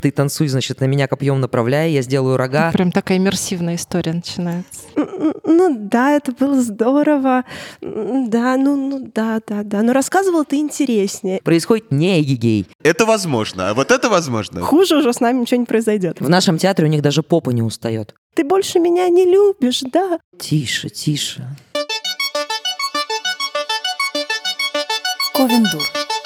Ты танцуй, значит, на меня копьем направляй, я сделаю рога. Прям такая иммерсивная история начинается. Ну да, это было здорово. Да, да. Но рассказывал ты интереснее. Происходит не эгегей. Это возможно, а вот это возможно. Хуже уже с нами ничего не произойдет. В нашем театре у них даже попа не устает. Ты больше меня не любишь, да? Тише, тише. Ковендур.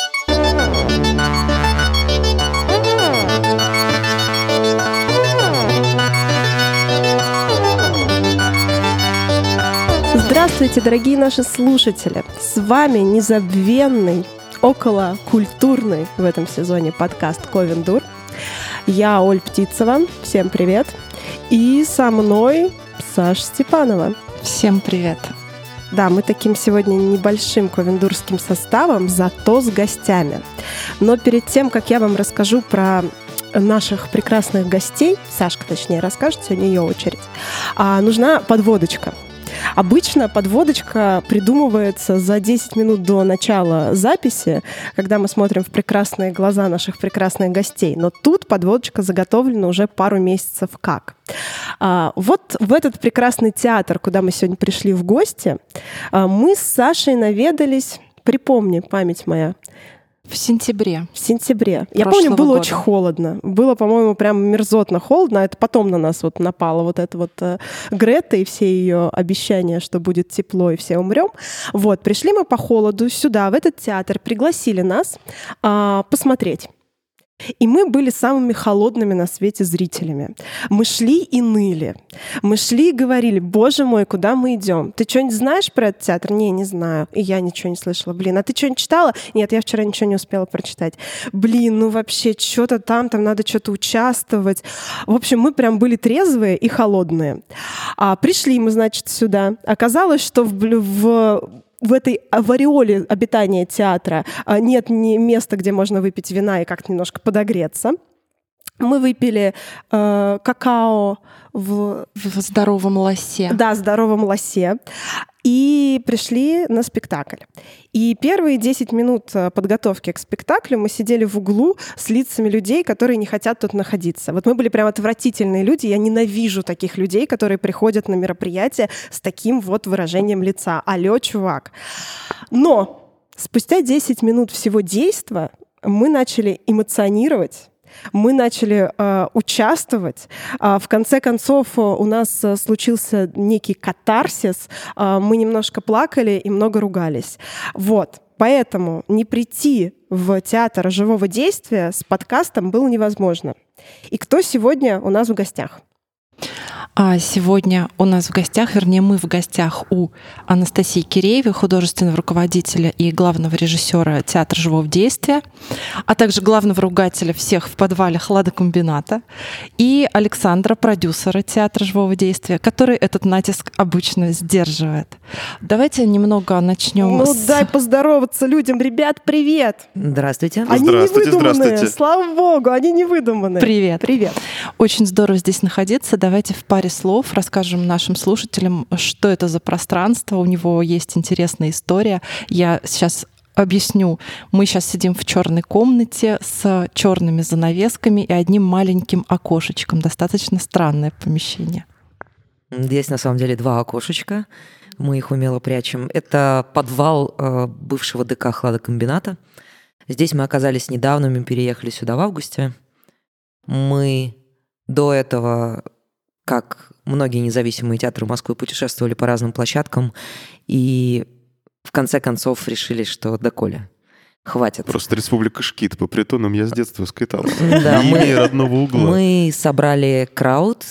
Здравствуйте, дорогие наши слушатели! С вами незабвенный, околокультурный в этом сезоне подкаст «Ковендур». Я Оль Птицева, всем привет. И со мной Саша Степанова. Всем привет. Да, мы таким сегодня небольшим ковендурским составом, зато с гостями. Но перед тем, как я вам расскажу про наших прекрасных гостей, Сашка, точнее, расскажет, сегодня ее очередь, нужна подводочка. Обычно подводочка придумывается за 10 минут до начала записи, когда мы смотрим в прекрасные глаза наших прекрасных гостей. Но тут подводочка заготовлена уже пару месяцев как. Вот в этот прекрасный театр, куда мы сегодня пришли в гости, мы с Сашей наведались, припомни, память моя, В сентябре. В сентябре. Я помню, было года. очень холодно. Было, по-моему, прям мерзотно холодно. Это потом на нас вот напала вот эта вот Грета и все ее обещания, что будет тепло и все умрем. Вот, пришли мы по холоду сюда, в этот театр, пригласили нас посмотреть. И мы были самыми холодными на свете зрителями. Мы шли и ныли. Мы шли и говорили: боже мой, куда мы идем? Ты что-нибудь знаешь про этот театр? Не знаю. И я ничего не слышала. Блин, а ты что-нибудь читала? Нет, я вчера ничего не успела прочитать. Блин, ну вообще, что-то там надо что-то участвовать. В общем, мы прям были трезвые и холодные. Пришли мы, значит, сюда. Оказалось, что в этой ореоле обитания театра нет ни места, где можно выпить вина и как-то немножко подогреться. Мы выпили какао в здоровом лосе. Да, здоровом лосе. И пришли на спектакль. И первые 10 минут подготовки к спектаклю мы сидели в углу с лицами людей, которые не хотят тут находиться. Вот мы были прям отвратительные люди. Я ненавижу таких людей, которые приходят на мероприятие с таким вот выражением лица. Алло, чувак. Но спустя 10 минут всего действа мы начали эмоционировать. Мы начали участвовать. В конце концов, у нас случился некий катарсис. Мы немножко плакали и много ругались. Вот. Поэтому не прийти в театр живого действия с подкастом было невозможно. И кто сегодня у нас в гостях? Сегодня у нас в гостях, вернее, мы в гостях у Анастасии Киреевой, художественного руководителя и главного режиссера театра живого действия, а также главного ругателя всех в подвале хладокомбината, и Александра, продюсера театра живого действия, который этот натиск обычно сдерживает. Давайте немного начнем дай поздороваться людям. Ребят, привет! Здравствуйте. Они Здравствуйте, не выдуманные, здравствуйте. слава богу, они не выдуманные. Привет. Привет. Очень здорово здесь находиться. Давайте в паре слов расскажем нашим слушателям, что это за пространство. У него есть интересная история. Я сейчас объясню. Мы сейчас сидим в черной комнате с черными занавесками и одним маленьким окошечком. Достаточно странное помещение. Здесь на самом деле 2 окошечка. Мы их умело прячем. Это подвал бывшего ДК хладокомбината. Здесь мы оказались недавно, мы переехали сюда в августе. Мы до этого, как многие независимые театры Москвы, путешествовали по разным площадкам и в конце концов решили, что доколе, хватит. Просто республика Шкит. По притонам я с детства скитался. Да, Не имея родного угла. Мы собрали крауд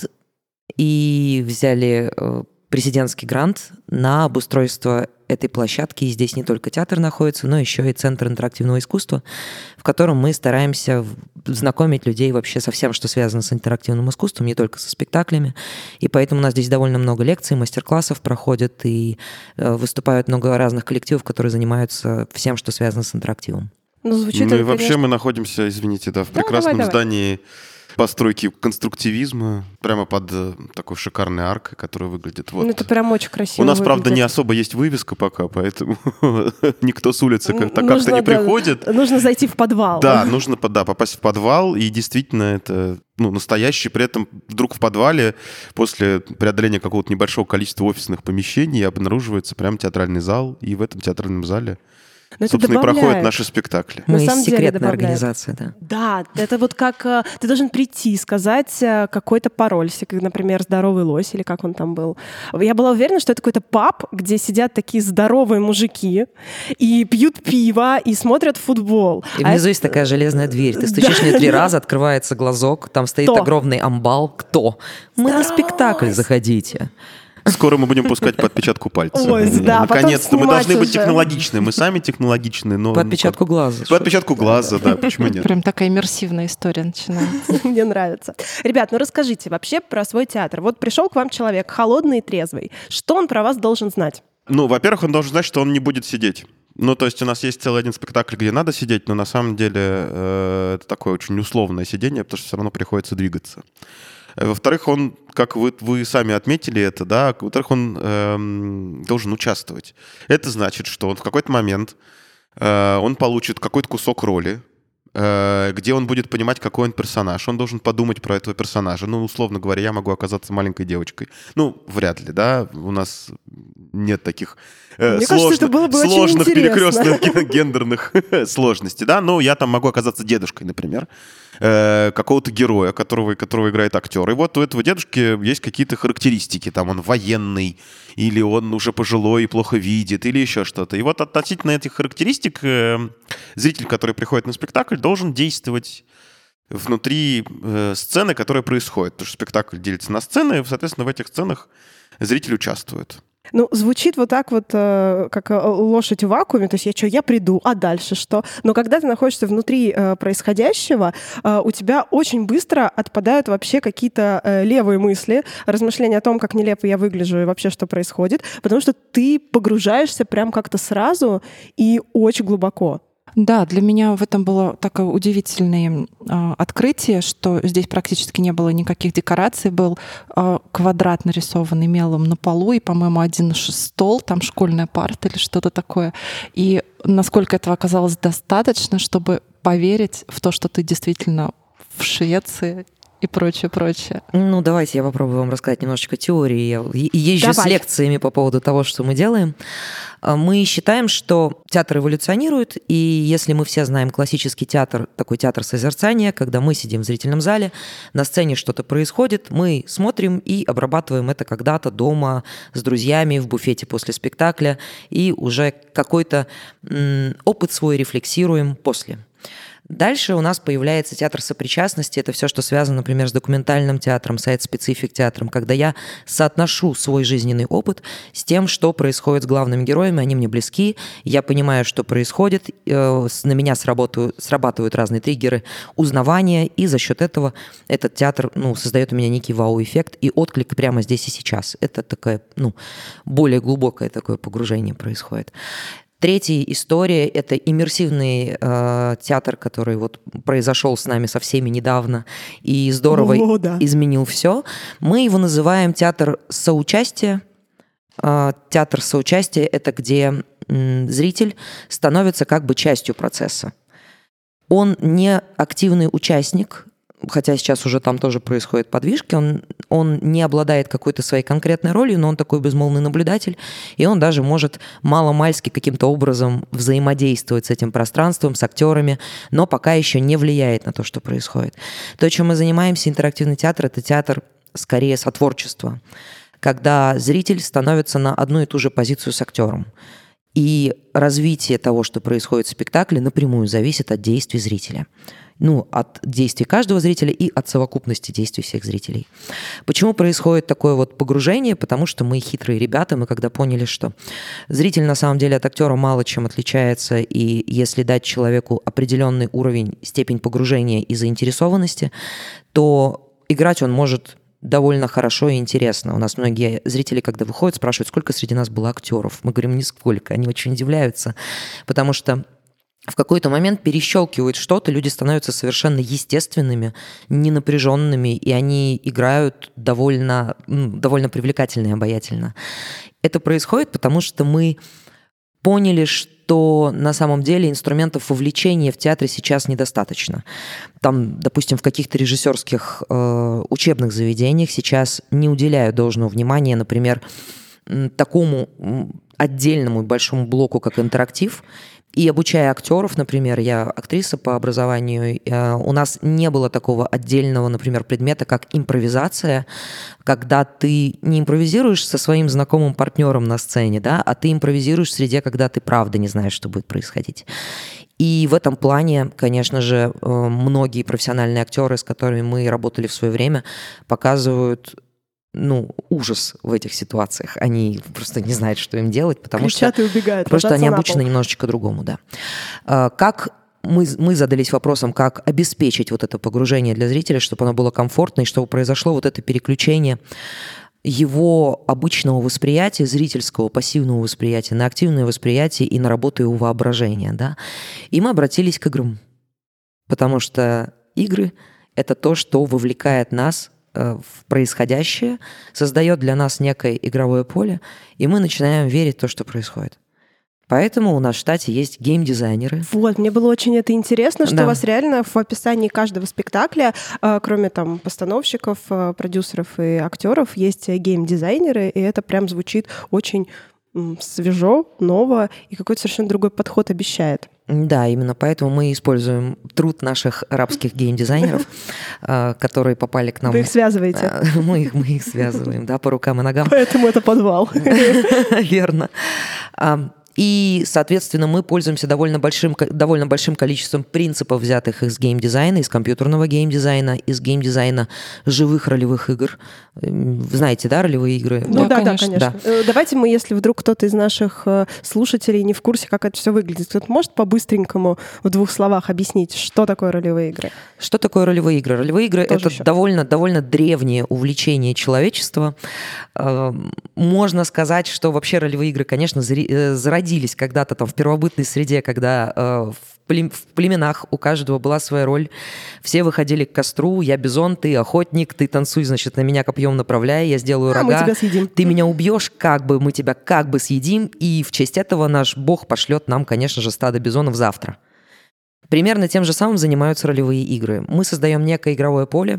и взяли президентский грант на обустройство этой площадки. И здесь не только театр находится, но еще и Центр интерактивного искусства, в котором мы стараемся знакомить людей вообще со всем, что связано с интерактивным искусством, не только со спектаклями. И поэтому у нас здесь довольно много лекций, мастер-классов проходят, и выступают много разных коллективов, которые занимаются всем, что связано с интерактивом. Ну, звучит Ну и это, вообще конечно. мы находимся, извините, в прекрасном давай. здании постройки конструктивизма прямо под такой шикарной аркой, которая выглядит вот. Ну, это прям очень красиво У нас, правда, выглядит. не особо есть вывеска пока, поэтому никто с улицы как-то Нужно, не да, приходит. Нужно зайти в подвал. Да, нужно попасть в подвал, и действительно это настоящий. При этом вдруг в подвале после преодоления какого-то небольшого количества офисных помещений обнаруживается прям театральный зал, и в этом театральном зале, Но это собственно, и проходят добавляет. наши спектакли. На Мы самом деле секретная добавляет. организация, да. Да, это вот как ты должен прийти, сказать какой-то пароль, например, «Здоровый лось» или как он там был. Я была уверена, что это какой-то паб, где сидят такие здоровые мужики и пьют пиво и смотрят футбол. И внизу есть такая железная дверь. Ты стучишь в нее 3 раза, открывается глазок, там стоит Кто? огромный амбал. Кто? Мы на спектакль, заходите. Скоро мы будем пускать по отпечатку пальца. Ой, да, потом Наконец-то мы снимать должны быть уже. технологичны. Мы сами технологичны, но... По отпечатку глаза. По отпечатку глаза, да, почему нет? Прям такая иммерсивная история начинается. Мне нравится. Ребят, ну расскажите вообще про свой театр. Вот пришел к вам человек холодный и трезвый. Что он про вас должен знать? Ну, во-первых, он должен знать, что он не будет сидеть. Ну, то есть у нас есть целый один спектакль, где надо сидеть, но на самом деле это такое очень условное сидение, потому что все равно приходится двигаться. Во-вторых, он, как вы сами отметили это, да, во-вторых, он должен участвовать. Это значит, что он в какой-то момент он получит какой-то кусок роли, где он будет понимать, какой он персонаж. Он должен подумать про этого персонажа. Ну, условно говоря, я могу оказаться маленькой девочкой. Ну, вряд ли, да, у нас нет таких Мне кажется, это было бы очень сложных интересно. перекрестных гендерных сложностей, да, но я там могу оказаться дедушкой, например, какого-то героя, которого играет актер. И вот у этого дедушки есть какие-то характеристики, там он военный, или он уже пожилой и плохо видит, или еще что-то. И вот относительно этих характеристик зритель, который приходит на спектакль, должен действовать внутри сцены, которая происходит. Потому что спектакль делится на сцены, и, соответственно, в этих сценах зритель участвует. Ну, звучит вот так вот, как лошадь в вакууме, то есть я приду, а дальше что? Но когда ты находишься внутри происходящего, у тебя очень быстро отпадают вообще какие-то левые мысли, размышления о том, как нелепо я выгляжу и вообще что происходит, потому что ты погружаешься прям как-то сразу и очень глубоко. Да, для меня в этом было такое удивительное открытие, что здесь практически не было никаких декораций. Был квадрат, нарисованный мелом на полу, и, по-моему, один стол, там школьная парта или что-то такое. И насколько этого оказалось достаточно, чтобы поверить в то, что ты действительно в Швеции и прочее, прочее. Ну, давайте я попробую вам рассказать немножечко теории. Я езжу с лекциями по поводу того, что мы делаем. Мы считаем, что театр эволюционирует, и если мы все знаем классический театр, такой театр созерцания, когда мы сидим в зрительном зале, на сцене что-то происходит, мы смотрим и обрабатываем это когда-то дома с друзьями в буфете после спектакля, и уже какой-то опыт свой рефлексируем после. Дальше у нас появляется театр сопричастности. Это все, что связано, например, с документальным театром, сайт-специфик театром, когда я соотношу свой жизненный опыт с тем, что происходит с главными героями, они мне близки, я понимаю, что происходит, на меня срабатывают разные триггеры узнавания, и за счет этого этот театр создает у меня некий вау-эффект и отклик прямо здесь и сейчас. Это такое, более глубокое такое погружение происходит. Третья история — это иммерсивный театр, который вот произошел с нами со всеми недавно и здорово изменил все. Мы его называем театр соучастия. Театр соучастия — это где зритель становится как бы частью процесса. Он не активный участник, хотя сейчас уже там тоже происходят подвижки, он не обладает какой-то своей конкретной ролью, но он такой безмолвный наблюдатель, и он даже может маломальски каким-то образом взаимодействовать с этим пространством, с актерами, но пока еще не влияет на то, что происходит. То, чем мы занимаемся, интерактивный театр, это театр скорее сотворчества, когда зритель становится на одну и ту же позицию с актером. И развитие того, что происходит в спектакле, напрямую зависит от действий зрителя. От действий каждого зрителя и от совокупности действий всех зрителей. Почему происходит такое вот погружение? Потому что мы хитрые ребята, мы когда поняли, что зритель на самом деле от актера мало чем отличается, и если дать человеку определенный уровень, степень погружения и заинтересованности, то играть он может довольно хорошо и интересно. У нас многие зрители, когда выходят, спрашивают, сколько среди нас было актеров. Мы говорим, нисколько. Они очень удивляются, потому что в какой-то момент перещелкивает что-то, люди становятся совершенно естественными, ненапряженными, и они играют довольно привлекательно и обаятельно. Это происходит, потому что мы поняли, что на самом деле инструментов вовлечения в театре сейчас недостаточно. Там, допустим, в каких-то режиссерских учебных заведениях сейчас не уделяют должного внимания, например, такому отдельному большому блоку, как интерактив. И обучая актеров, например, я актриса по образованию, у нас не было такого отдельного, например, предмета, как импровизация, когда ты не импровизируешь со своим знакомым партнером на сцене, да, а ты импровизируешь в среде, когда ты правда не знаешь, что будет происходить. И в этом плане, конечно же, многие профессиональные актеры, с которыми мы работали в свое время, показывают ужас в этих ситуациях. Они просто не знают, что им делать, потому кричат что, и убегают, потому что они обычно немножечко другому, да. Как мы задались вопросом, как обеспечить вот это погружение для зрителя, чтобы оно было комфортно, и чтобы произошло вот это переключение его обычного восприятия, зрительского, пассивного восприятия на активное восприятие и на работу его воображения, да. И мы обратились к играм, потому что игры — это то, что вовлекает нас в происходящее, создает для нас некое игровое поле, и мы начинаем верить в то, что происходит. Поэтому у нас в штате есть геймдизайнеры. Вот, мне было очень это интересно, что у вас реально в описании каждого спектакля, кроме там постановщиков, продюсеров и актеров, есть геймдизайнеры, и это прям звучит очень свежо, ново, и какой-то совершенно другой подход обещает. Да, именно поэтому мы используем труд наших арабских геймдизайнеров, которые попали к нам. Вы их связываете? Мы их связываем, да, по рукам и ногам. Поэтому это подвал. Верно. И, соответственно, мы пользуемся довольно большим количеством принципов, взятых из геймдизайна, из компьютерного геймдизайна, из геймдизайна живых ролевых игр. Вы знаете, да, ролевые игры? Ну да, конечно. Да. Давайте мы, если вдруг кто-то из наших слушателей не в курсе, как это все выглядит, кто-то может по-быстренькому в 2 словах объяснить, что такое ролевые игры? Что такое ролевые игры? Ролевые игры — это довольно древнее увлечение человечества. Можно сказать, что вообще ролевые игры, конечно, зародились когда-то там в первобытной среде, когда в племенах у каждого была своя роль. Все выходили к костру: я бизон, ты охотник, ты танцуй, значит, на меня копьем направляй, я сделаю рога. Мы тебя съедим. Ты меня убьешь, мы тебя съедим, и в честь этого наш бог пошлет нам, конечно же, стадо бизонов завтра. Примерно тем же самым занимаются ролевые игры. Мы создаем некое игровое поле.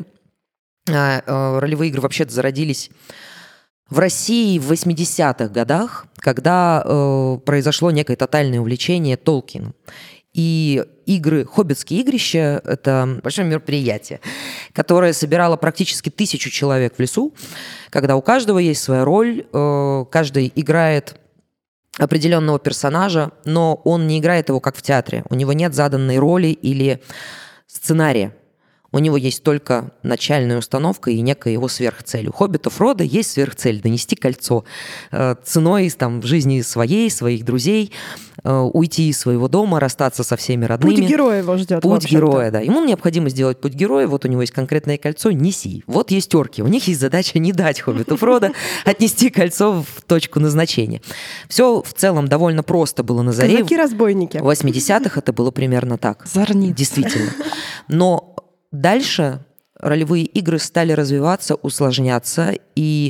Ролевые игры вообще-то зародились в России в 80-х годах, когда произошло некое тотальное увлечение Толкином. И игры «Хоббитские игрища» — это большое мероприятие, которое собирало практически 1000 человек в лесу, когда у каждого есть своя роль, каждый играет определенного персонажа, но он не играет его как в театре. У него нет заданной роли или сценария. У него есть только начальная установка и некая его сверхцель. У хоббита Фродо есть сверхцель — донести кольцо ценой там, жизни своих друзей, уйти из своего дома, расстаться со всеми родными. Путь героя его ждет. Путь героя, да. Ему необходимо сделать путь героя. Вот у него есть конкретное кольцо — неси. Вот есть орки. У них есть задача не дать хоббиту Фродо отнести кольцо в точку назначения. Все в целом довольно просто было на заре. Казаки-разбойники. В 80-х это было примерно так. Зорницы. Действительно. Но дальше ролевые игры стали развиваться, усложняться, и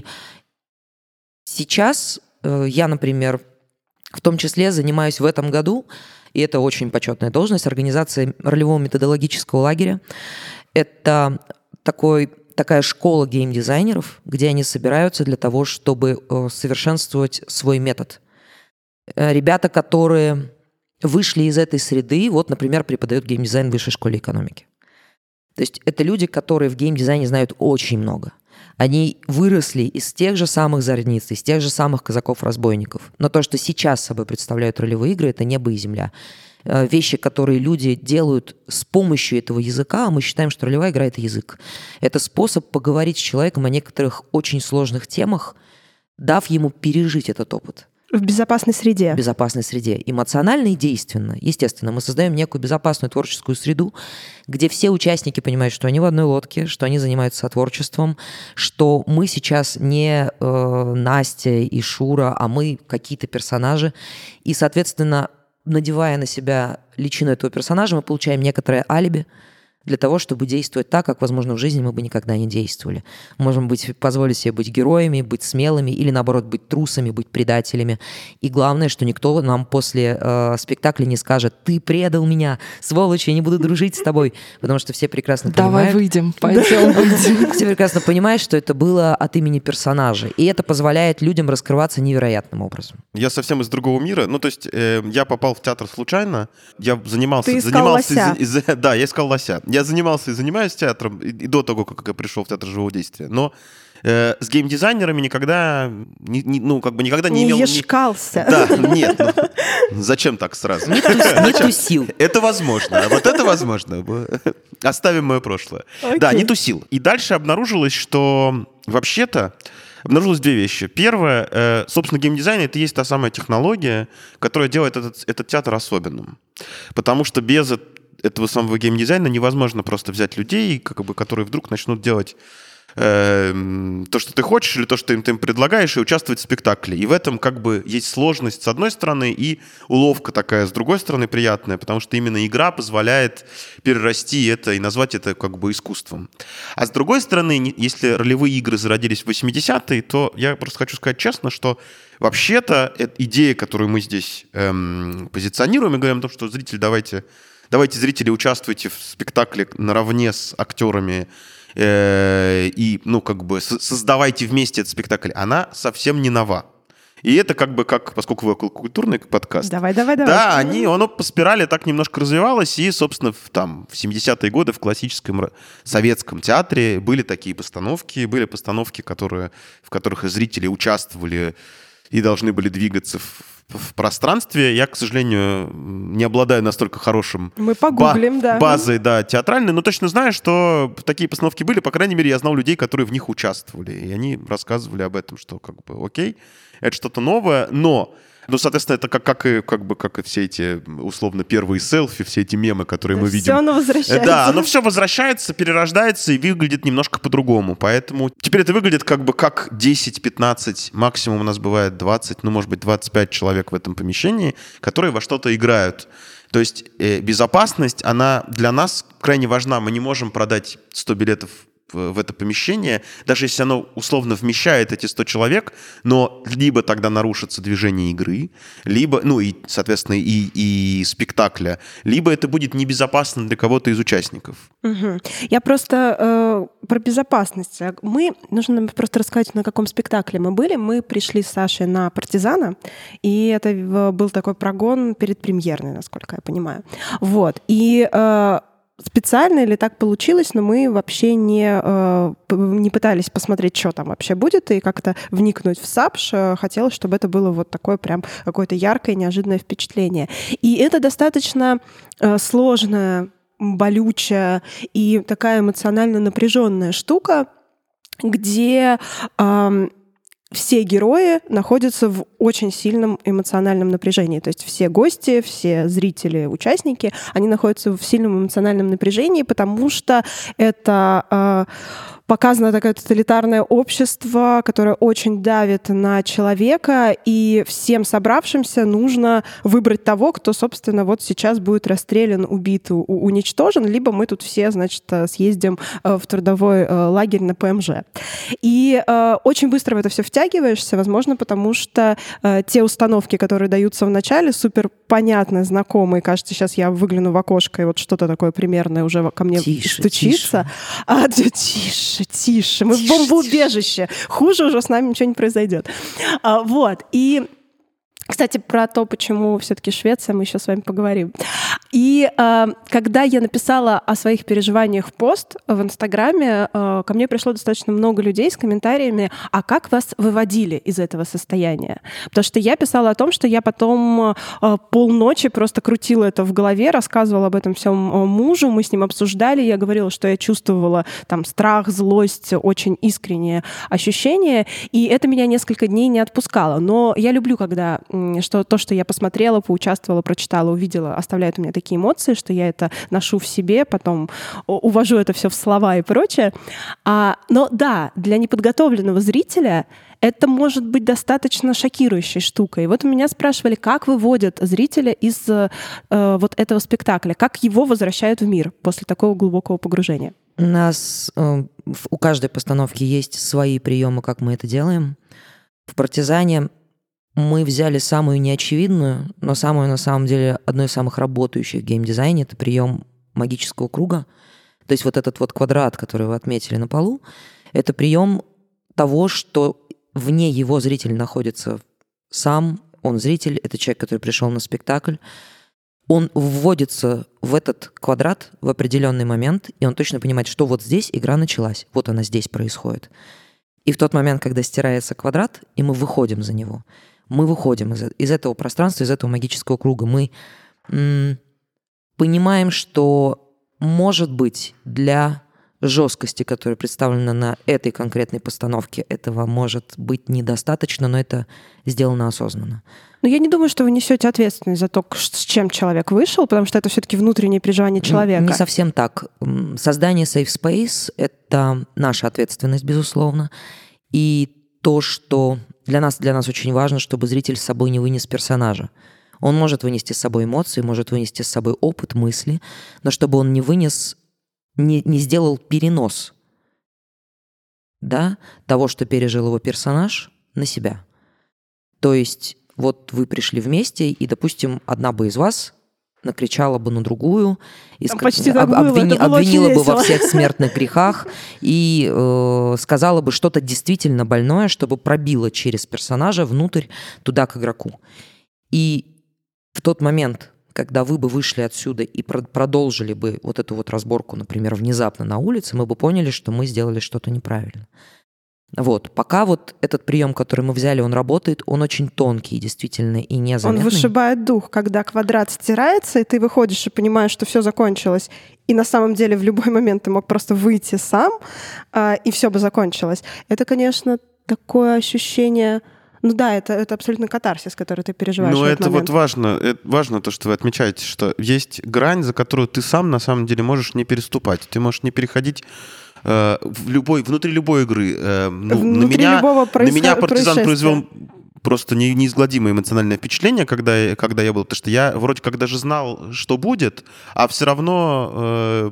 сейчас я, например, в том числе занимаюсь в этом году, и это очень почетная должность, организацией ролевого методологического лагеря. Это такая школа геймдизайнеров, где они собираются для того, чтобы совершенствовать свой метод. Ребята, которые вышли из этой среды, вот, например, преподают геймдизайн в Высшей школе экономики. То есть это люди, которые в геймдизайне знают очень много. Они выросли из тех же самых зорниц, из тех же самых казаков-разбойников. Но то, что сейчас собой представляют ролевые игры, это небо и земля. Вещи, которые люди делают с помощью этого языка, а мы считаем, что ролевая игра — это язык. Это способ поговорить с человеком о некоторых очень сложных темах, дав ему пережить этот опыт. В безопасной среде. В безопасной среде. Эмоционально и действенно. Естественно, мы создаем некую безопасную творческую среду, где все участники понимают, что они в одной лодке, что они занимаются творчеством, что мы сейчас не Настя и Шура, а мы какие-то персонажи. И, соответственно, надевая на себя личину этого персонажа, мы получаем некоторое алиби для того, чтобы действовать так, как, возможно, в жизни мы бы никогда не действовали. Можем позволить себе быть героями, быть смелыми или, наоборот, быть трусами, быть предателями. И главное, что никто нам после спектакля не скажет: «Ты предал меня, сволочь, я не буду дружить с тобой», потому что все прекрасно понимают... Давай выйдем, пойдем выйдем. Все прекрасно понимают, что это было от имени персонажа. И это позволяет людям раскрываться невероятным образом. Я совсем из другого мира. Ну, то есть я попал в театр случайно. Я занимался... Ты искал лося. Да, я искал лося. Я занимался и занимаюсь театром и до того, как я пришел в театр живого действия. Но с геймдизайнерами никогда никогда не имел... Не ешкался. Да, нет. Зачем так сразу? Не тусил. Это возможно. Вот это возможно. Оставим мое прошлое. Да, не тусил. И дальше обнаружилось, что вообще-то обнаружилось две вещи. Первое, собственно, геймдизайн — это и есть та самая технология, которая делает этот театр особенным. Потому что без этого самого геймдизайна невозможно просто взять людей, которые вдруг начнут делать то, что ты хочешь, или то, что ты им предлагаешь, и участвовать в спектакле. И в этом есть сложность с одной стороны и уловка такая с другой стороны приятная, потому что именно игра позволяет перерасти это и назвать это искусством. А с другой стороны, если ролевые игры зародились в 80-е, то я просто хочу сказать честно, что вообще-то идея, которую мы здесь позиционируем, и говорим о том, что давайте, зрители, участвуйте в спектакле наравне с актерами и, создавайте вместе этот спектакль, она совсем не нова. И это поскольку вы околокультурный подкаст. Давай. Да, оно по спирали так немножко развивалось, и, собственно, в 70-е годы в классическом советском театре были такие постановки, в которых зрители участвовали и должны были двигаться в пространстве. Я, к сожалению, не обладаю настолько хорошим базой театральной, но точно знаю, что такие постановки были. По крайней мере, я знал людей, которые в них участвовали. И они рассказывали об этом, что окей, это что-то новое, но... соответственно, это как и все эти, условно, первые селфи, все эти мемы, которые мы видим. Все оно возвращается. Да, оно все возвращается, перерождается и выглядит немножко по-другому. Поэтому теперь это выглядит как 10-15, максимум у нас бывает 20, может быть, 25 человек в этом помещении, которые во что-то играют. То есть безопасность, она для нас крайне важна. Мы не можем продать 100 билетов в это помещение, даже если оно условно вмещает эти 100 человек, но либо тогда нарушится движение игры, либо, соответственно, и спектакля, либо это будет небезопасно для кого-то из участников. Угу. Я просто про безопасность. Нужно просто рассказать, на каком спектакле мы были. Мы пришли с Сашей на «Партизана», и это был такой прогон предпремьерный, насколько я понимаю. Вот. И специально или так получилось, но мы вообще не пытались посмотреть, что там вообще будет, и как-то вникнуть в САПШ. Хотелось, чтобы это было вот такое прям какое-то яркое, неожиданное впечатление. И это достаточно сложная, болючая и такая эмоционально напряженная штука, где все герои находятся в очень сильном эмоциональном напряжении. То есть все гости, все зрители, участники, они находятся в сильном эмоциональном напряжении, потому что это показано такое тоталитарное общество, которое очень давит на человека, и всем собравшимся нужно выбрать того, кто, собственно, вот сейчас будет расстрелян, убит, уничтожен, либо мы тут все, значит, съездим в трудовой лагерь на ПМЖ. И очень быстро в это все втягиваешься, возможно, потому что те установки, которые даются в начале, супер понятны, знакомые. Кажется, сейчас я выгляну в окошко, и вот что-то такое примерное уже ко мне стучится. Тише. Мы в бомбоубежище. Хуже уже с нами ничего не произойдет. Вот. И, кстати, про то, почему все-таки Швеция, мы еще с вами поговорим. И когда я написала о своих переживаниях в пост в Инстаграме, ко мне пришло достаточно много людей с комментариями: а как вас выводили из этого состояния? Потому что я писала о том, что я потом полночи просто крутила это в голове, рассказывала об этом всем мужу, мы с ним обсуждали, я говорила, что я чувствовала там страх, злость, очень искреннее ощущение, и это меня несколько дней не отпускало. Но я люблю, когда то, что я посмотрела, поучаствовала, прочитала, увидела, оставляет у меня такие такие эмоции, что я это ношу в себе, потом увожу это все в слова и прочее. Но да, для неподготовленного зрителя это может быть достаточно шокирующей штукой. И вот меня спрашивали, как выводят зрителя из вот этого спектакля, как его возвращают в мир после такого глубокого погружения. У нас у каждой постановки есть свои приемы, как мы это делаем. В «Партизане» мы взяли самую неочевидную, но самую, на самом деле, одну из самых работающих в геймдизайне — это прием магического круга. То есть вот этот вот квадрат, который вы отметили на полу, это прием того, что вне его зритель находится сам, он зритель, это человек, который пришел на спектакль. Он вводится в этот квадрат в определенный момент, и он точно понимает, что вот здесь игра началась, вот она здесь происходит. И в тот момент, когда стирается квадрат, и мы выходим за него, мы выходим из этого пространства, из этого магического круга, мы понимаем, что, может быть, для жесткости, которая представлена на этой конкретной постановке, этого может быть недостаточно, но это сделано осознанно. Но я не думаю, что вы несете ответственность за то, с чем человек вышел, потому что это все-таки внутреннее переживание человека. Не совсем так. Создание Safe Space — это наша ответственность, безусловно. И то, что для нас очень важно, чтобы зритель с собой не вынес персонажа. Он может вынести с собой эмоции, может вынести с собой опыт, мысли, но чтобы он не вынес, не сделал перенос, да, того, что пережил его персонаж, на себя. То есть вот вы пришли вместе, и, допустим, одна бы из вас накричала бы на другую, и обвинила бы во всех смертных грехах и сказала бы что-то действительно больное, чтобы пробило через персонажа внутрь, туда, к игроку. И в тот момент, когда вы бы вышли отсюда и продолжили бы вот эту вот разборку, например, внезапно на улице, мы бы поняли, что мы сделали что-то неправильно. Вот. Пока вот этот прием, который мы взяли, он работает, он очень тонкий, действительно, и незаметный. Он вышибает дух, когда квадрат стирается, и ты выходишь и понимаешь, что все закончилось. И на самом деле в любой момент ты мог просто выйти сам, и все бы закончилось. Это, конечно, такое ощущение... Ну да, это абсолютно катарсис, который ты переживаешь. Ну, это момент. вот важно то, что вы отмечаете, что есть грань, за которую ты сам на самом деле можешь не переступать. Ты можешь не переходить внутри любой игры. На меня «Партизан» произвел просто неизгладимое эмоциональное впечатление, когда я был, потому что я вроде как даже знал, что будет, а все равно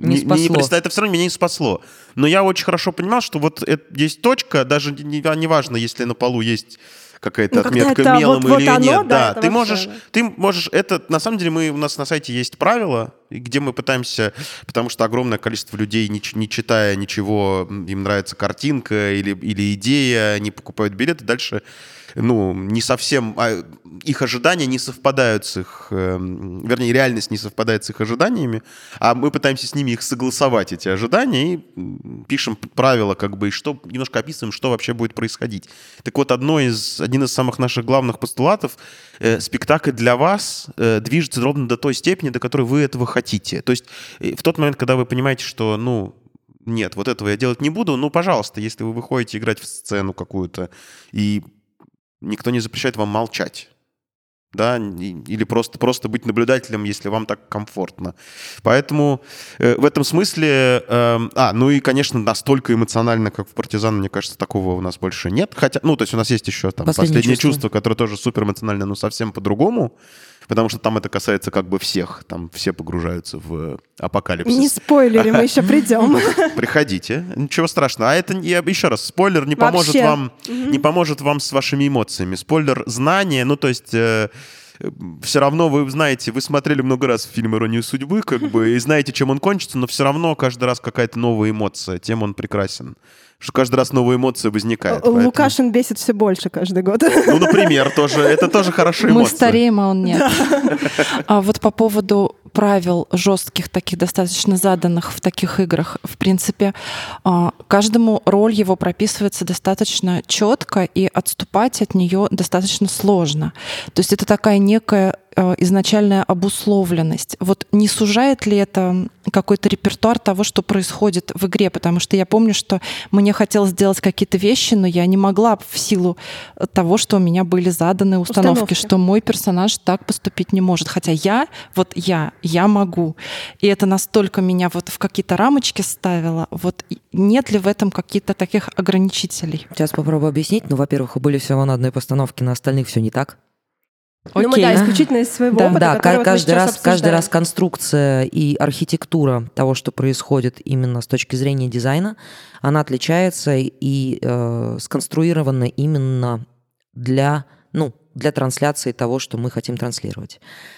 это все равно меня не спасло. Но я очень хорошо понимал, что вот есть точка, даже неважно, если на полу есть какая-то отметка мелом или нет. Да, ты можешь, это на самом деле у нас на сайте есть правила, где мы пытаемся, потому что огромное количество людей, не читая ничего, им нравится картинка или идея, они покупают билеты, дальше не совсем, их ожидания не совпадают с их, вернее, реальность не совпадает с их ожиданиями, а мы пытаемся с ними их согласовать, эти ожидания, и пишем правила, и немножко описываем, что вообще будет происходить. Так вот, один из самых наших главных постулатов — спектакль для вас движется ровно до той степени, до которой вы этого хотите. То есть в тот момент, когда вы понимаете, что, нет, вот этого я делать не буду, пожалуйста, если вы выходите играть в сцену какую-то, и никто не запрещает вам молчать, да, или просто быть наблюдателем, если вам так комфортно. Поэтому в этом смысле... и, конечно, настолько эмоционально, как в «Партизан», мне кажется, такого у нас больше нет. Хотя, то есть у нас есть еще там «Последнее чувство», которое тоже супер эмоционально, но совсем по-другому, потому что там это касается всех. Там все погружаются в апокалипсис. Не спойлери, мы еще придем. Приходите, ничего страшного. А это, еще раз, спойлер не поможет вам с вашими эмоциями. Спойлер — знание, то есть... все равно вы знаете, вы смотрели много раз фильм «Иронию судьбы», и знаете, чем он кончится, но все равно каждый раз какая-то новая эмоция, тем он прекрасен. Что каждый раз новая эмоция возникает. Лукашин бесит все больше каждый год. Например, это тоже хорошая эмоция. Мы стареем, а он нет. А вот по поводу правил жестких, таких достаточно заданных в таких играх, в принципе, каждому роль его прописывается достаточно четко, и отступать от нее достаточно сложно. То есть это такая некая изначальная обусловленность. Вот не сужает ли это какой-то репертуар того, что происходит в игре? Потому что я помню, что мне хотелось сделать какие-то вещи, но я не могла в силу того, что у меня были заданы установки, что мой персонаж так поступить не может. Хотя я могу. И это настолько меня вот в какие-то рамочки ставило. Вот нет ли в этом каких-то таких ограничителей? Сейчас попробую объяснить. Ну, во-первых, вы были всего на одной постановке, на остальных все не так. Ну, мы, исключительно из своего опыта, Да, который каждый раз конструкция и архитектура того, что происходит именно с точки зрения дизайна, она отличается и сконструирована именно для трансляции того, что мы хотим транслировать.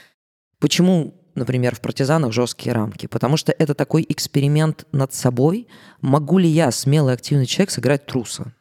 Почему, например, в «Партизанах» жесткие рамки? Потому что это такой эксперимент над собой. Могу ли я, смелый, активный человек, сыграть труса?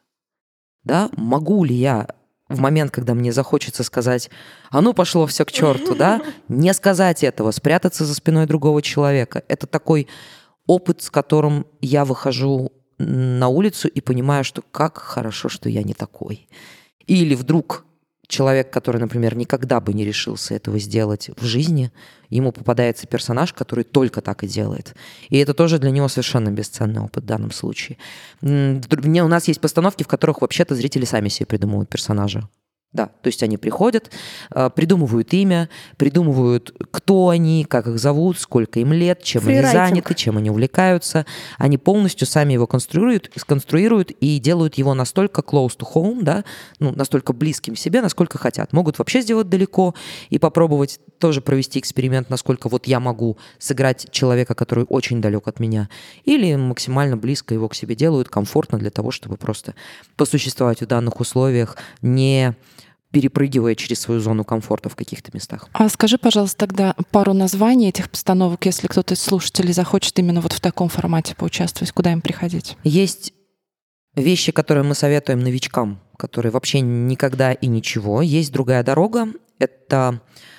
Да? Могу ли я в момент, когда мне захочется сказать, а ну пошло все к черту, да, не сказать этого, спрятаться за спиной другого человека. Это такой опыт, с которым я выхожу на улицу и понимаю, что как хорошо, что я не такой. Или вдруг человек, который, например, никогда бы не решился этого сделать в жизни, ему попадается персонаж, который только так и делает. И это тоже для него совершенно бесценный опыт в данном случае. У нас есть постановки, в которых вообще-то зрители сами себе придумывают персонажа. Да, то есть они приходят, придумывают имя, придумывают, кто они, как их зовут, сколько им лет, чем они заняты, чем они увлекаются. Они полностью сами его сконструируют и делают его настолько close to home, да, настолько близким себе, насколько хотят. Могут вообще сделать далеко и попробовать тоже провести эксперимент, насколько вот я могу сыграть человека, который очень далек от меня, или максимально близко его к себе делают, комфортно для того, чтобы просто посуществовать в данных условиях, не перепрыгивая через свою зону комфорта в каких-то местах. А скажи, пожалуйста, тогда пару названий этих постановок, если кто-то из слушателей захочет именно вот в таком формате поучаствовать, куда им приходить? Есть вещи, которые мы советуем новичкам, которые вообще никогда и ничего. Есть другая дорога. Это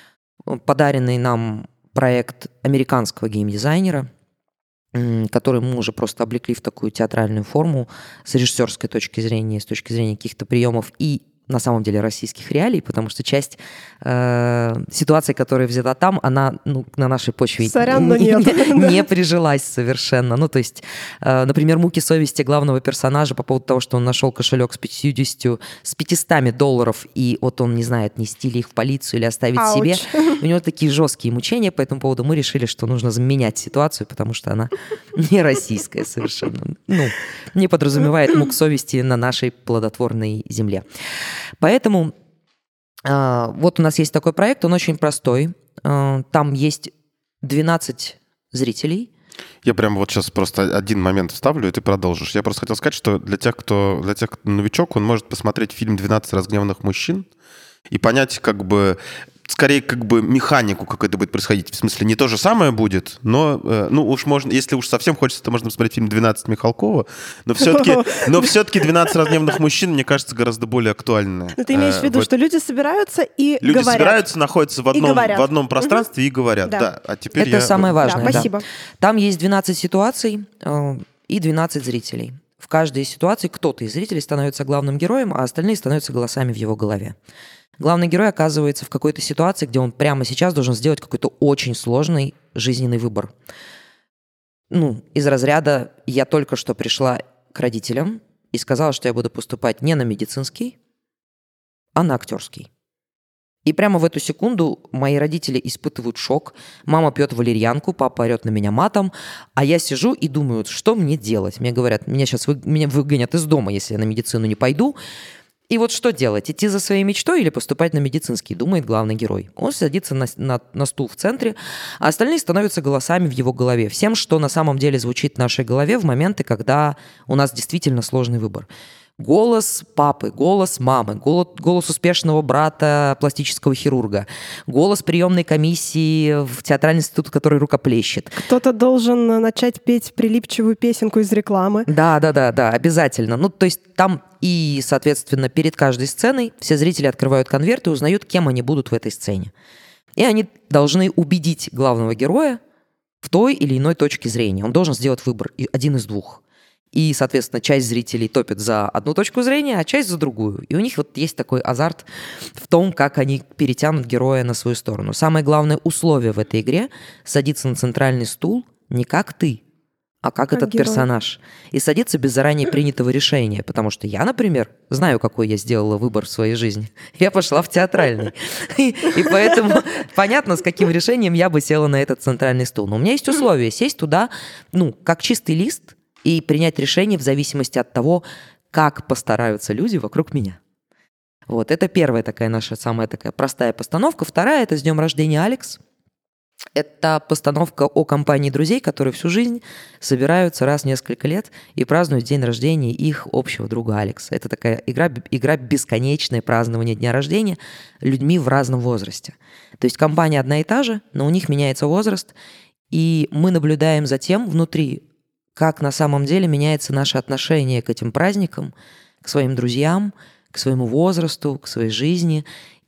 подаренный нам проект американского геймдизайнера, который мы уже просто облекли в такую театральную форму с режиссерской точки зрения, с точки зрения каких-то приемов и на самом деле российских реалий, потому что часть ситуаций, которая взята там, она на нашей почве не прижилась совершенно. Ну, то есть, например, муки совести главного персонажа по поводу того, что он нашел кошелек с $500 и вот он не знает, нести ли их в полицию или оставить себе. У него такие жесткие мучения по этому поводу. Мы решили, что нужно менять ситуацию, потому что она не российская совершенно. Не подразумевает мук совести на нашей плодотворной земле. Поэтому вот у нас есть такой проект, он очень простой. Там есть 12 зрителей. Я прямо вот сейчас просто один момент вставлю, и ты продолжишь. Я просто хотел сказать, что для тех, кто новичок, он может посмотреть фильм «12 разгневанных мужчин» и понять скорее механику, как это будет происходить. В смысле, не то же самое будет, но уж можно, если уж совсем хочется, то можно посмотреть фильм «12 Михалкова», но все-таки «12 разгневанных мужчин», мне кажется, гораздо более актуальное. Но ты имеешь в виду, что люди собираются и люди говорят. Собираются, находятся в одном пространстве и говорят. Да. А теперь это самое важное. Да, спасибо. Там есть 12 ситуаций и 12 зрителей. В каждой ситуации кто-то из зрителей становится главным героем, а остальные становятся голосами в его голове. Главный герой оказывается в какой-то ситуации, где он прямо сейчас должен сделать какой-то очень сложный жизненный выбор. Из разряда «я только что пришла к родителям и сказала, что я буду поступать не на медицинский, а на актерский». И прямо в эту секунду мои родители испытывают шок. Мама пьет валерьянку, папа орет на меня матом, а я сижу и думаю, что мне делать. Мне говорят, меня выгонят из дома, если я на медицину не пойду. И вот что делать? Идти за своей мечтой или поступать на медицинский, думает главный герой. Он садится на стул в центре, а остальные становятся голосами в его голове. Всем, что на самом деле звучит в нашей голове в моменты, когда у нас действительно сложный выбор. Голос папы, голос мамы, голос успешного брата пластического хирурга, голос приемной комиссии в театральный институт, который рукоплещет. Кто-то должен начать петь прилипчивую песенку из рекламы. Да, обязательно. То есть там и, соответственно, перед каждой сценой все зрители открывают конверт и узнают, кем они будут в этой сцене. И они должны убедить главного героя в той или иной точке зрения. Он должен сделать выбор, один из двух. И, соответственно, часть зрителей топит за одну точку зрения, а часть за другую. И у них вот есть такой азарт в том, как они перетянут героя на свою сторону. Самое главное условие в этой игре — садиться на центральный стул не как ты, а как этот герой. персонаж. И садиться без заранее принятого решения. Потому что я, например, знаю, какой я сделала выбор в своей жизни. Я пошла в театральный. И поэтому понятно, с каким решением я бы села на этот центральный стул. Но у меня есть условие — сесть туда, как чистый лист, и принять решение в зависимости от того, как постараются люди вокруг меня. Вот, это первая такая наша самая такая простая постановка. Вторая — это «С днем рождения, Алекс». Это постановка о компании друзей, которые всю жизнь собираются раз в несколько лет и празднуют день рождения их общего друга Алекса. Это такая игра бесконечное празднование дня рождения людьми в разном возрасте. То есть компания одна и та же, но у них меняется возраст, и мы наблюдаем за тем внутри, как на самом деле меняется наше отношение к этим праздникам, к своим друзьям, к своему возрасту, к своей жизни.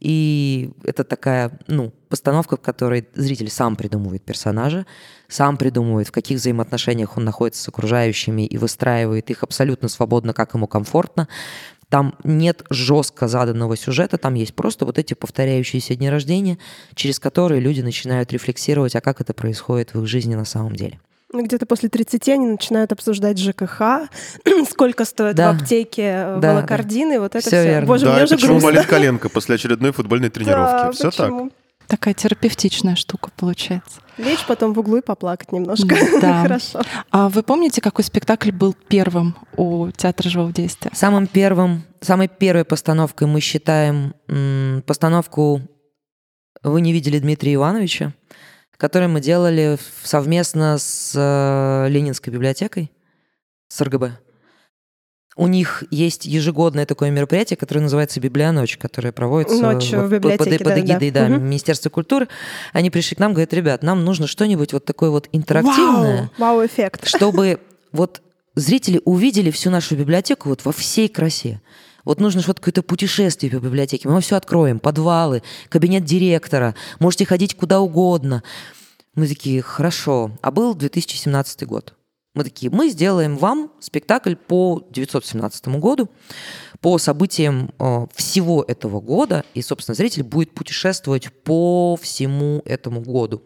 И это такая, постановка, в которой зритель сам придумывает персонажа, сам придумывает, в каких взаимоотношениях он находится с окружающими и выстраивает их абсолютно свободно, как ему комфортно. Там нет жестко заданного сюжета, там есть просто вот эти повторяющиеся дни рождения, через которые люди начинают рефлексировать, а как это происходит в их жизни на самом деле. Где-то после 30 они начинают обсуждать ЖКХ, сколько стоит в аптеке волокордины, вот это Всё все. верно. Боже, Да, мне уже почему грустно. болит коленка после очередной футбольной тренировки. Да, Все так. почему? Такая терапевтичная штука получается. Лечь потом в углу и поплакать немножко. Да. Хорошо. А вы помните, какой спектакль был первым у Театра живого действия? Самой первой постановкой мы считаем постановку «Вы не видели Дмитрия Ивановича», которую мы делали совместно с Ленинской библиотекой, с РГБ. У них есть ежегодное такое мероприятие, которое называется «Библионочь», которое проводится Ночью в библиотеке, под эгидой Министерства культуры. Они пришли к нам, говорят: ребят, нам нужно что-нибудь вот такое вот интерактивное, Вау-эффект. чтобы вот зрители увидели всю нашу библиотеку вот во всей красе. Вот нужно что-то какое-то путешествие по библиотеке. Мы вам все откроем. Подвалы, кабинет директора. Можете ходить куда угодно. Мы такие: хорошо. А был 2017 год. Мы такие: мы сделаем вам спектакль по 1917 году, по событиям всего этого года. И, собственно, зритель будет путешествовать по всему этому году.